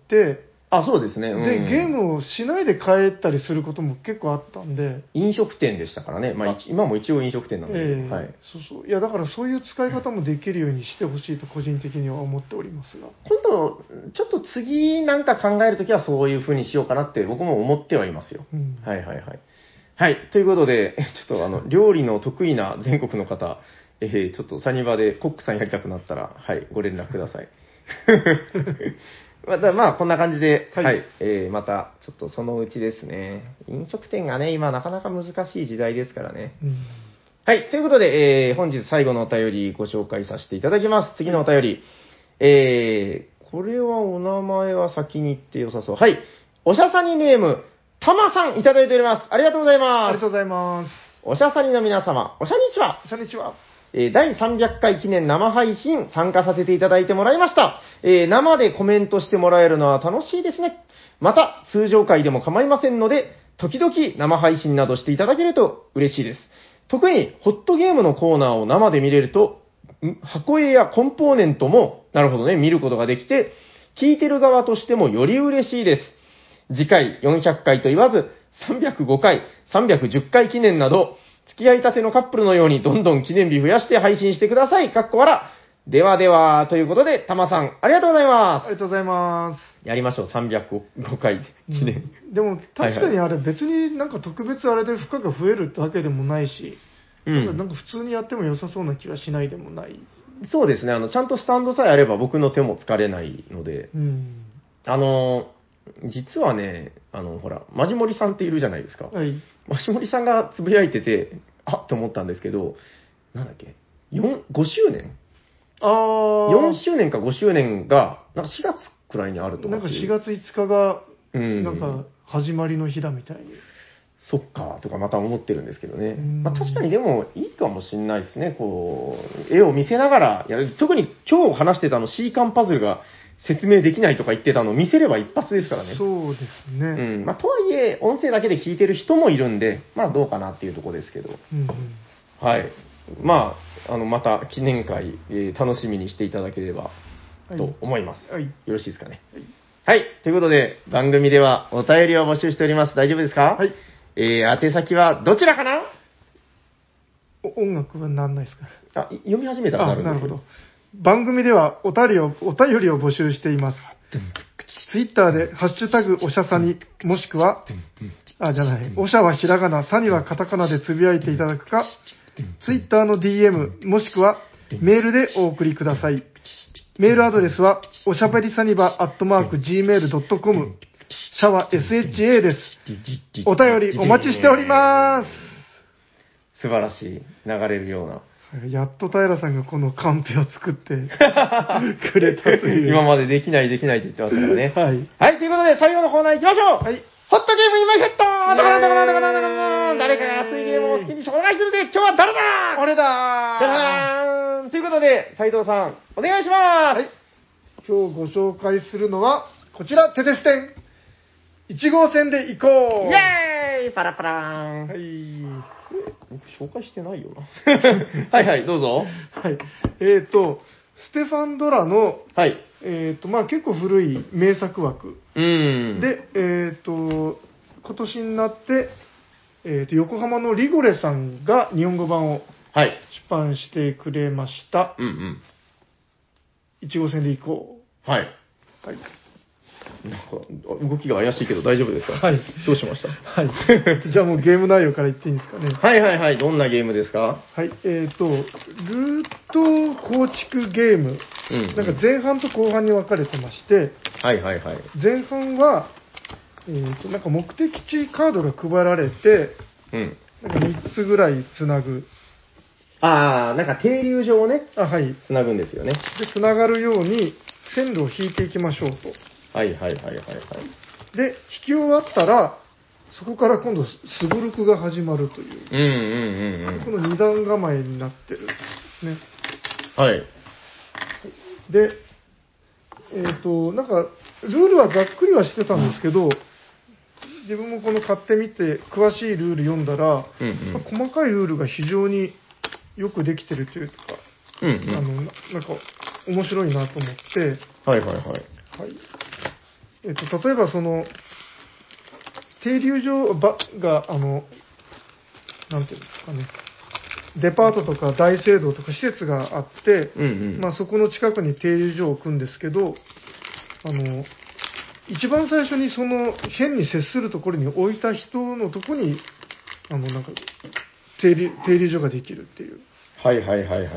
そうですね。 で、ゲームをしないで帰ったりすることも結構あったんで。 飲食店でしたからね。まあ、今も一応飲食店なので、はい。 そうそう。いや、だからそういう使い方もできるようにしてほしいと個人的には思っておりますが。 今度、ちょっと次なんか考えるときはそういう風にしようかなって僕も思ってはいますよ。はいはいはい。はい。ということで、ちょっと料理の得意な全国の方、ちょっとサニバでコックさんやりたくなったら、はい、ご連絡ください。まあ、こんな感じで、はい、また、ちょっとそのうちですね。飲食店がね、今なかなか難しい時代ですからね。はい、ということで、本日最後のお便りご紹介させていただきます。次のお便り。これはお名前は先に言ってよさそう。はい、おしゃさにネーム、たまさんいただいております。ありがとうございます。 ありがとうございます。 おしゃさにの皆様、おしゃにちは。 おしゃにちは。 第300回記念生配信参加させていただいてもらいました。生でコメントしてもらえるのは楽しいですね。また、通常回でも構いませんので、時々生配信などしていただけると嬉しいです。特に、ホットゲームのコーナーを生で見れると、箱絵やコンポーネントも、なるほどね、見ることができて、聞いてる側としてもより嬉しいです。次回400回と言わず、305回、310回記念など、付き合いたてのカップルのようにどんどん記念日増やして配信してください。かっこ笑。ではでは、ということで、たまさん、ありがとうございます。 ありがとうございます。 やりましょう、305回記念。 でも、確かにあれ、別になんか特別あれで負荷が増えるわけでもないし、なんか普通にやっても良さそうな気はしないでもない。 そうですね、ちゃんとスタンドさえあれば僕の手も疲れないので、実はね、ほら、マジモリさんっているじゃないですか。 はい。 マジモリさんがつぶやいてて、あっと思ったんですけど、なんだっけ、5周年4周年か5周年が、なんか4月くらいにあるとか。 なんか4月5日が、なんか始まりの日だみたいに。 そっか、とかまた思ってるんですけどね。まあ確かにでもいいかもしんないですね。こう、絵を見せながら、特に今日話してたシーカンパズルが説明できないとか言ってたのを見せれば一発ですからね。 そうですね。 うん。まあ、とはいえ、音声だけで聞いてる人もいるんで、まあ、どうかなっていうところですけど。 うんうん。 はい。まあ、また記念会、楽しみにしていただければと思います。 はい。 よろしいですかね。はい。ということで、番組ではお便りを募集しております。大丈夫ですか？ はい。 宛先はどちらかな？ 音楽はなんないですか？ 読み始めたらなるんですよ。 なるほど。番組ではお便りを募集しています。ツイッターで、ハッシュタグおしゃさに、もしくは、おしゃはひらがな、さにはカタカナでつぶやいていただくか、ツイッターの DM、もしくは、メールでお送りください。メールアドレスは、おしゃべりさにば@gmail.com、シャワ SHA です。お便りお待ちしております。 素晴らしい。流れるような。 やっと平さんがこのカンペを作ってくれたという。 今までできないって言ってましたからね。 はい。 はい、ということで最後のコーナー行きましょう。はい。ホットゲーム今セット誰かが熱いゲームを好きに紹介するで、今日は誰だ俺だじゃらーんということで、斉藤さん、お願いします。はい。 今日ご紹介するのは、こちら、テテステン。1号線で行こう。 イェーイパラパラーン。 はい。 紹介してないよな。はいはい、どうぞ。 はい。ステファン・ドラの、 はい。 まあ結構古い名作枠。で、今年になって、横浜のリゴレさんが日本語版を出版してくれました。1号線で行こう。はい。はい。なんか、動きが怪しいけど大丈夫ですか？ はい。 どうしました？ はい。じゃあもうゲーム内容から言っていいんですかね。 はいはいはい。どんなゲームですか？ はい。ルート構築ゲーム。なんか前半と後半に分かれてまして、 はいはいはい。 前半は、なんか目的地カードが配られて、なんか3つぐらいつなぐ。 なんか停留所をね、 はい。 つなぐんですよね。 で、つながるように線路を引いていきましょうと。 はいはいはいはいはい。 で、引き終わったら、そこから今度、スゴルクが始まるという。この2段構えになってるんですね。 はい。 で、なんか、ルールはざっくりはしてたんですけど、自分もこの買ってみて、詳しいルール読んだら、細かいルールが非常によくできてるというか、なんか、面白いなと思って、 はいはいはい。はい。 例えばその、停留所が、なんていうんですかね、デパートとか大聖堂とか施設があって、まあそこの近くに停留所を置くんですけど、一番最初にその辺に接するところに置いた人のとこに、なんか、停留所ができるっていう。 はいはいはいはいはい。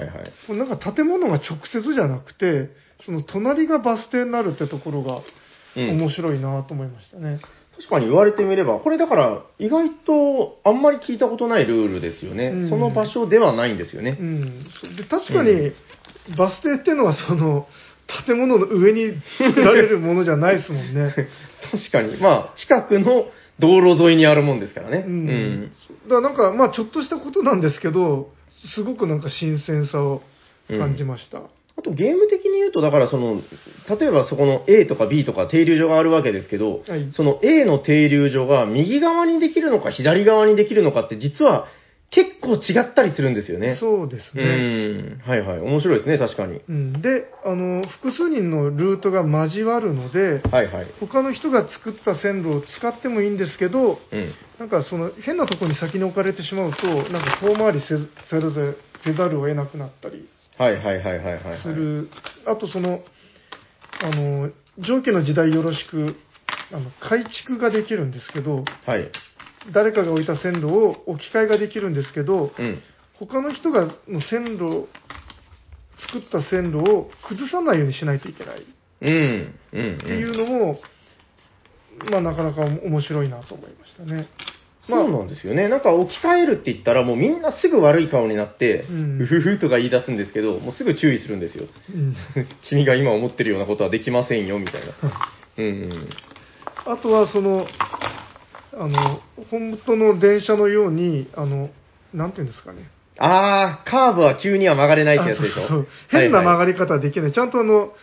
なんか建物が直接じゃなくて、その隣がバス停になるってところが面白いなと思いましたね。 確かに言われてみれば、これだから意外とあんまり聞いたことないルールですよね。その場所ではないんですよね。 で確かに、バス停っていうのはその、建物の上に作られるものじゃないですもんね。 確かに。まあ、近くの道路沿いにあるもんですからね。 だからなんか、まあちょっとしたことなんですけど、すごくなんか新鮮さを感じました。 あとゲーム的に言うと、だからその、例えばそこの A とか B とか停留所があるわけですけど、その A の停留所が右側にできるのか左側にできるのかって実は結構違ったりするんですよね。 そうですね。 はいはい。面白いですね、確かに。 で、複数人のルートが交わるので、他の人が作った線路を使ってもいいんですけど、なんかその変なところに先に置かれてしまうと、なんか遠回りせざるを得なくなったりする。あとその、上記の時代よろしく、改築ができるんですけど、誰かが置いた線路を置き換えができるんですけど、他の人が作った線路を崩さないようにしないといけない。っていうのも、まあなかなか面白いなと思いましたね。 そうなんですよね。なんか置き換えるって言ったらもうみんなすぐ悪い顔になって、うふふとか言い出すんですけど、もうすぐ注意するんですよ。君が今思ってるようなことはできませんよ、みたいな。 あとはその、本当の電車のように、なんていうんですかね。 カーブは急には曲がれないってやつでしょ。 変な曲がり方はできない。ちゃんと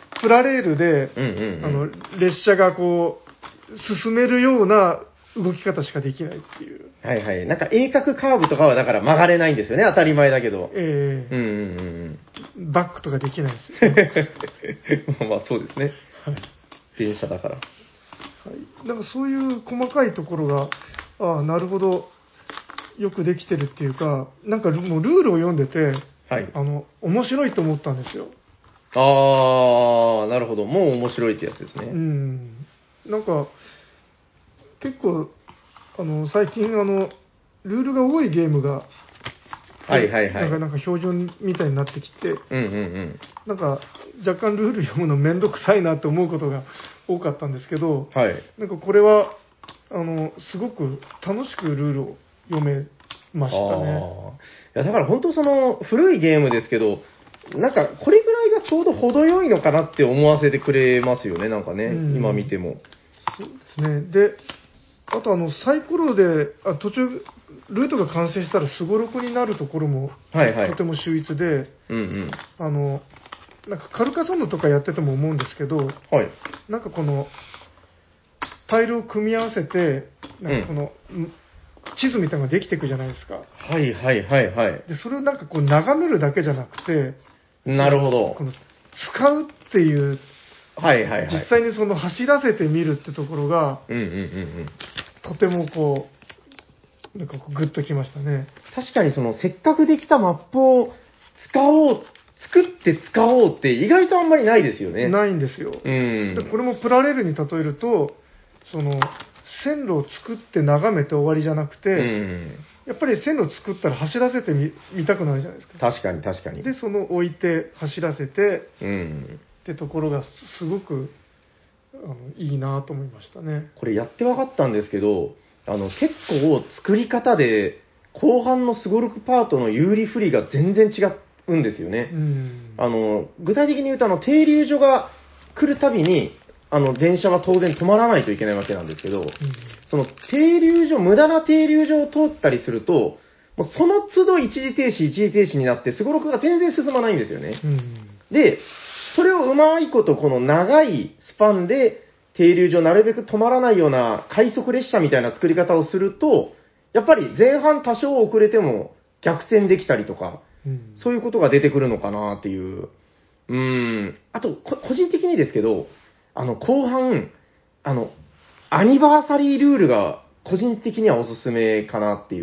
プラレールで、 うんうん。 列車がこう、進めるような動き方しかできないっていう。 はいはい。なんか鋭角カーブとかはだから曲がれないんですよね。当たり前だけど。 えうんうんうんバックとかできないですよね。 うん。まあそうですね。 はい。 電車だから。 はい。なんかそういう細かいところが、ああ、なるほど、よくできてるっていうか、なんかもうルールを読んでて、 はい。 面白いと思ったんですよ。 あー、なるほど。もう面白いってやつですうね。 ん。なんか、結構、最近ルールが多いゲームが、 はいはいはい。 なんか標準みたいになってきて、 うんうんなんか若干ルール読むのめんどくさいなって思うことが多かったんですけど、 うん。はい。 なんかこれは、すごく楽しくルールを読めましたね。 いや、だから本当その古いゲームですけど、なんかこれぐらいがちょうど程よいのかなって思わせてくれますよね、なんかね、 うん今見ても。 そうですね。で、あとサイコロで、途中、ルートが完成したらすごろくになるところも、 はいはいとても秀逸で、 うんうん。 なんかカルカソンヌとかやってても思うんですけど、 はい。 なんかこの、タイルを組み合わせて、なんかこの、地図みたいなのができていくじゃないですか。 はいはいはいはい。 で、それをなんかこう眺めるだけじゃなくて、 なるほどこ。の使うっていう、 はいはいはい。 実際にその走らせてみるってところが、 うんうんうんうん。 とてもこう、なんかこうグッときましたね。 確かにそのせっかくできたマップを作って使おうって意外とあんまりないですよね。 ないんですよ。 うん。 でこれもプラレールに例えると、その、線路を作って眺めて終わりじゃなくて、 うん。 やっぱり線路を作ったら走らせてみたくなるじゃないですか。 確かに確かに。 で、その置いて走らせてうん。 ってところがすごくいいなと思いましたね。 これやって分かったんですけど、結構作り方で、後半のスゴルクパートの有利不利が全然違うんですよね。具体的に言うと、停留所が来るたびに、電車は当然止まらないといけないわけなんですけど、その停留所、無駄な停留所を通ったりすると、もうその都度一時停止になって、スゴロクが全然進まないんですよね。で、それをうまいことこの長いスパンで停留所なるべく止まらないような快速列車みたいな作り方をすると、やっぱり前半多少遅れても逆転できたりとか、そういうことが出てくるのかなっていう。あと、個人的にですけど、後半、アニバーサリールールが個人的にはおすすめかなっていう。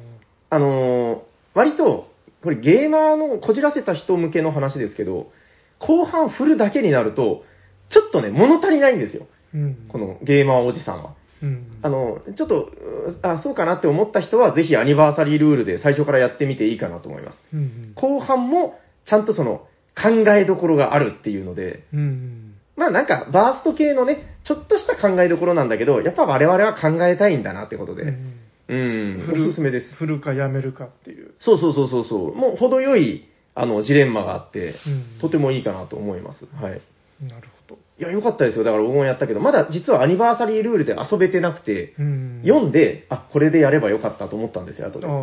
割と、これゲーマーのこじらせた人向けの話ですけど、後半振るだけになると、ちょっとね、物足りないんですよ。このゲーマーおじさんは。ちょっと、そうかなって思った人は、ぜひアニバーサリールールで最初からやってみていいかなと思います。後半も、ちゃんとその、考えどころがあるっていうので、まあなんか、バースト系のね、ちょっとした考えどころなんだけど、やっぱ我々は考えたいんだなってことで、おすすめです。 振るかやめるかっていう。 そう。もう程よい、ジレンマがあって、とてもいいかなと思います。はい。 なるほど。 いや、よかったですよ。だから僕もやったけど、まだ実はアニバーサリールールで遊べてなくて、読んで、これでやればよかったと思ったんですよ、後で。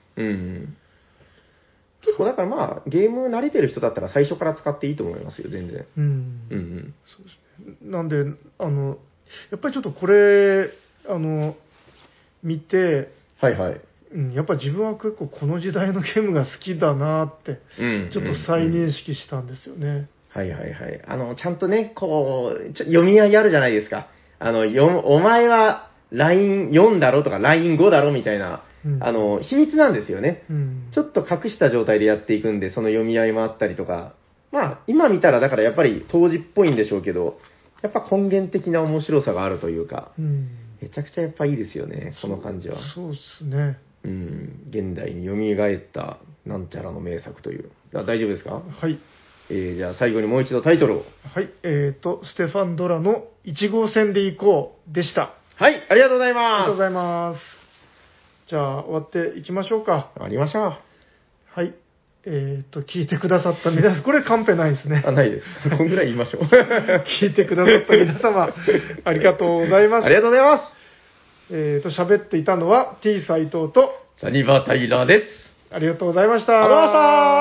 結構だからまあ、ゲーム慣れてる人だったら最初から使っていいと思いますよ、全然。 そうですね。なんで、やっぱりちょっとこれ、見て、 はいはい。 やっぱ自分は結構この時代のゲームが好きだなって、ちょっと再認識したんですよね。 はい。ちゃんとね、こう、読み合いあるじゃないですか。お前は LINE4 だろとか LINE5 だろみたいな、秘密なんですよね。ちょっと隠した状態でやっていくんで、その読み合いもあったりとか。まあ、今見たらだからやっぱり当時っぽいんでしょうけど、やっぱ根源的な面白さがあるというか、めちゃくちゃやっぱいいですよね、この感じは。 そうですね。 現代に蘇ったなんちゃらの名作という。大丈夫ですか？ はい。 じゃあ最後にもう一度タイトルを。 はい。ステファン・ドラの1号線で行こうでした。 はい、ありがとうございます。 ありがとうございます。じゃあ終わっていきましょうか。 ありましょう。 はい。聞いてくださった皆さん、これカンペないですね。 ないです。こんぐらい言いましょう。 聞いてくださった皆様、ありがとうございます。 ありがとうございます。 喋っていたのは T 斎藤とサニバタイラーです。 ありがとうございました。 ありがとうございました。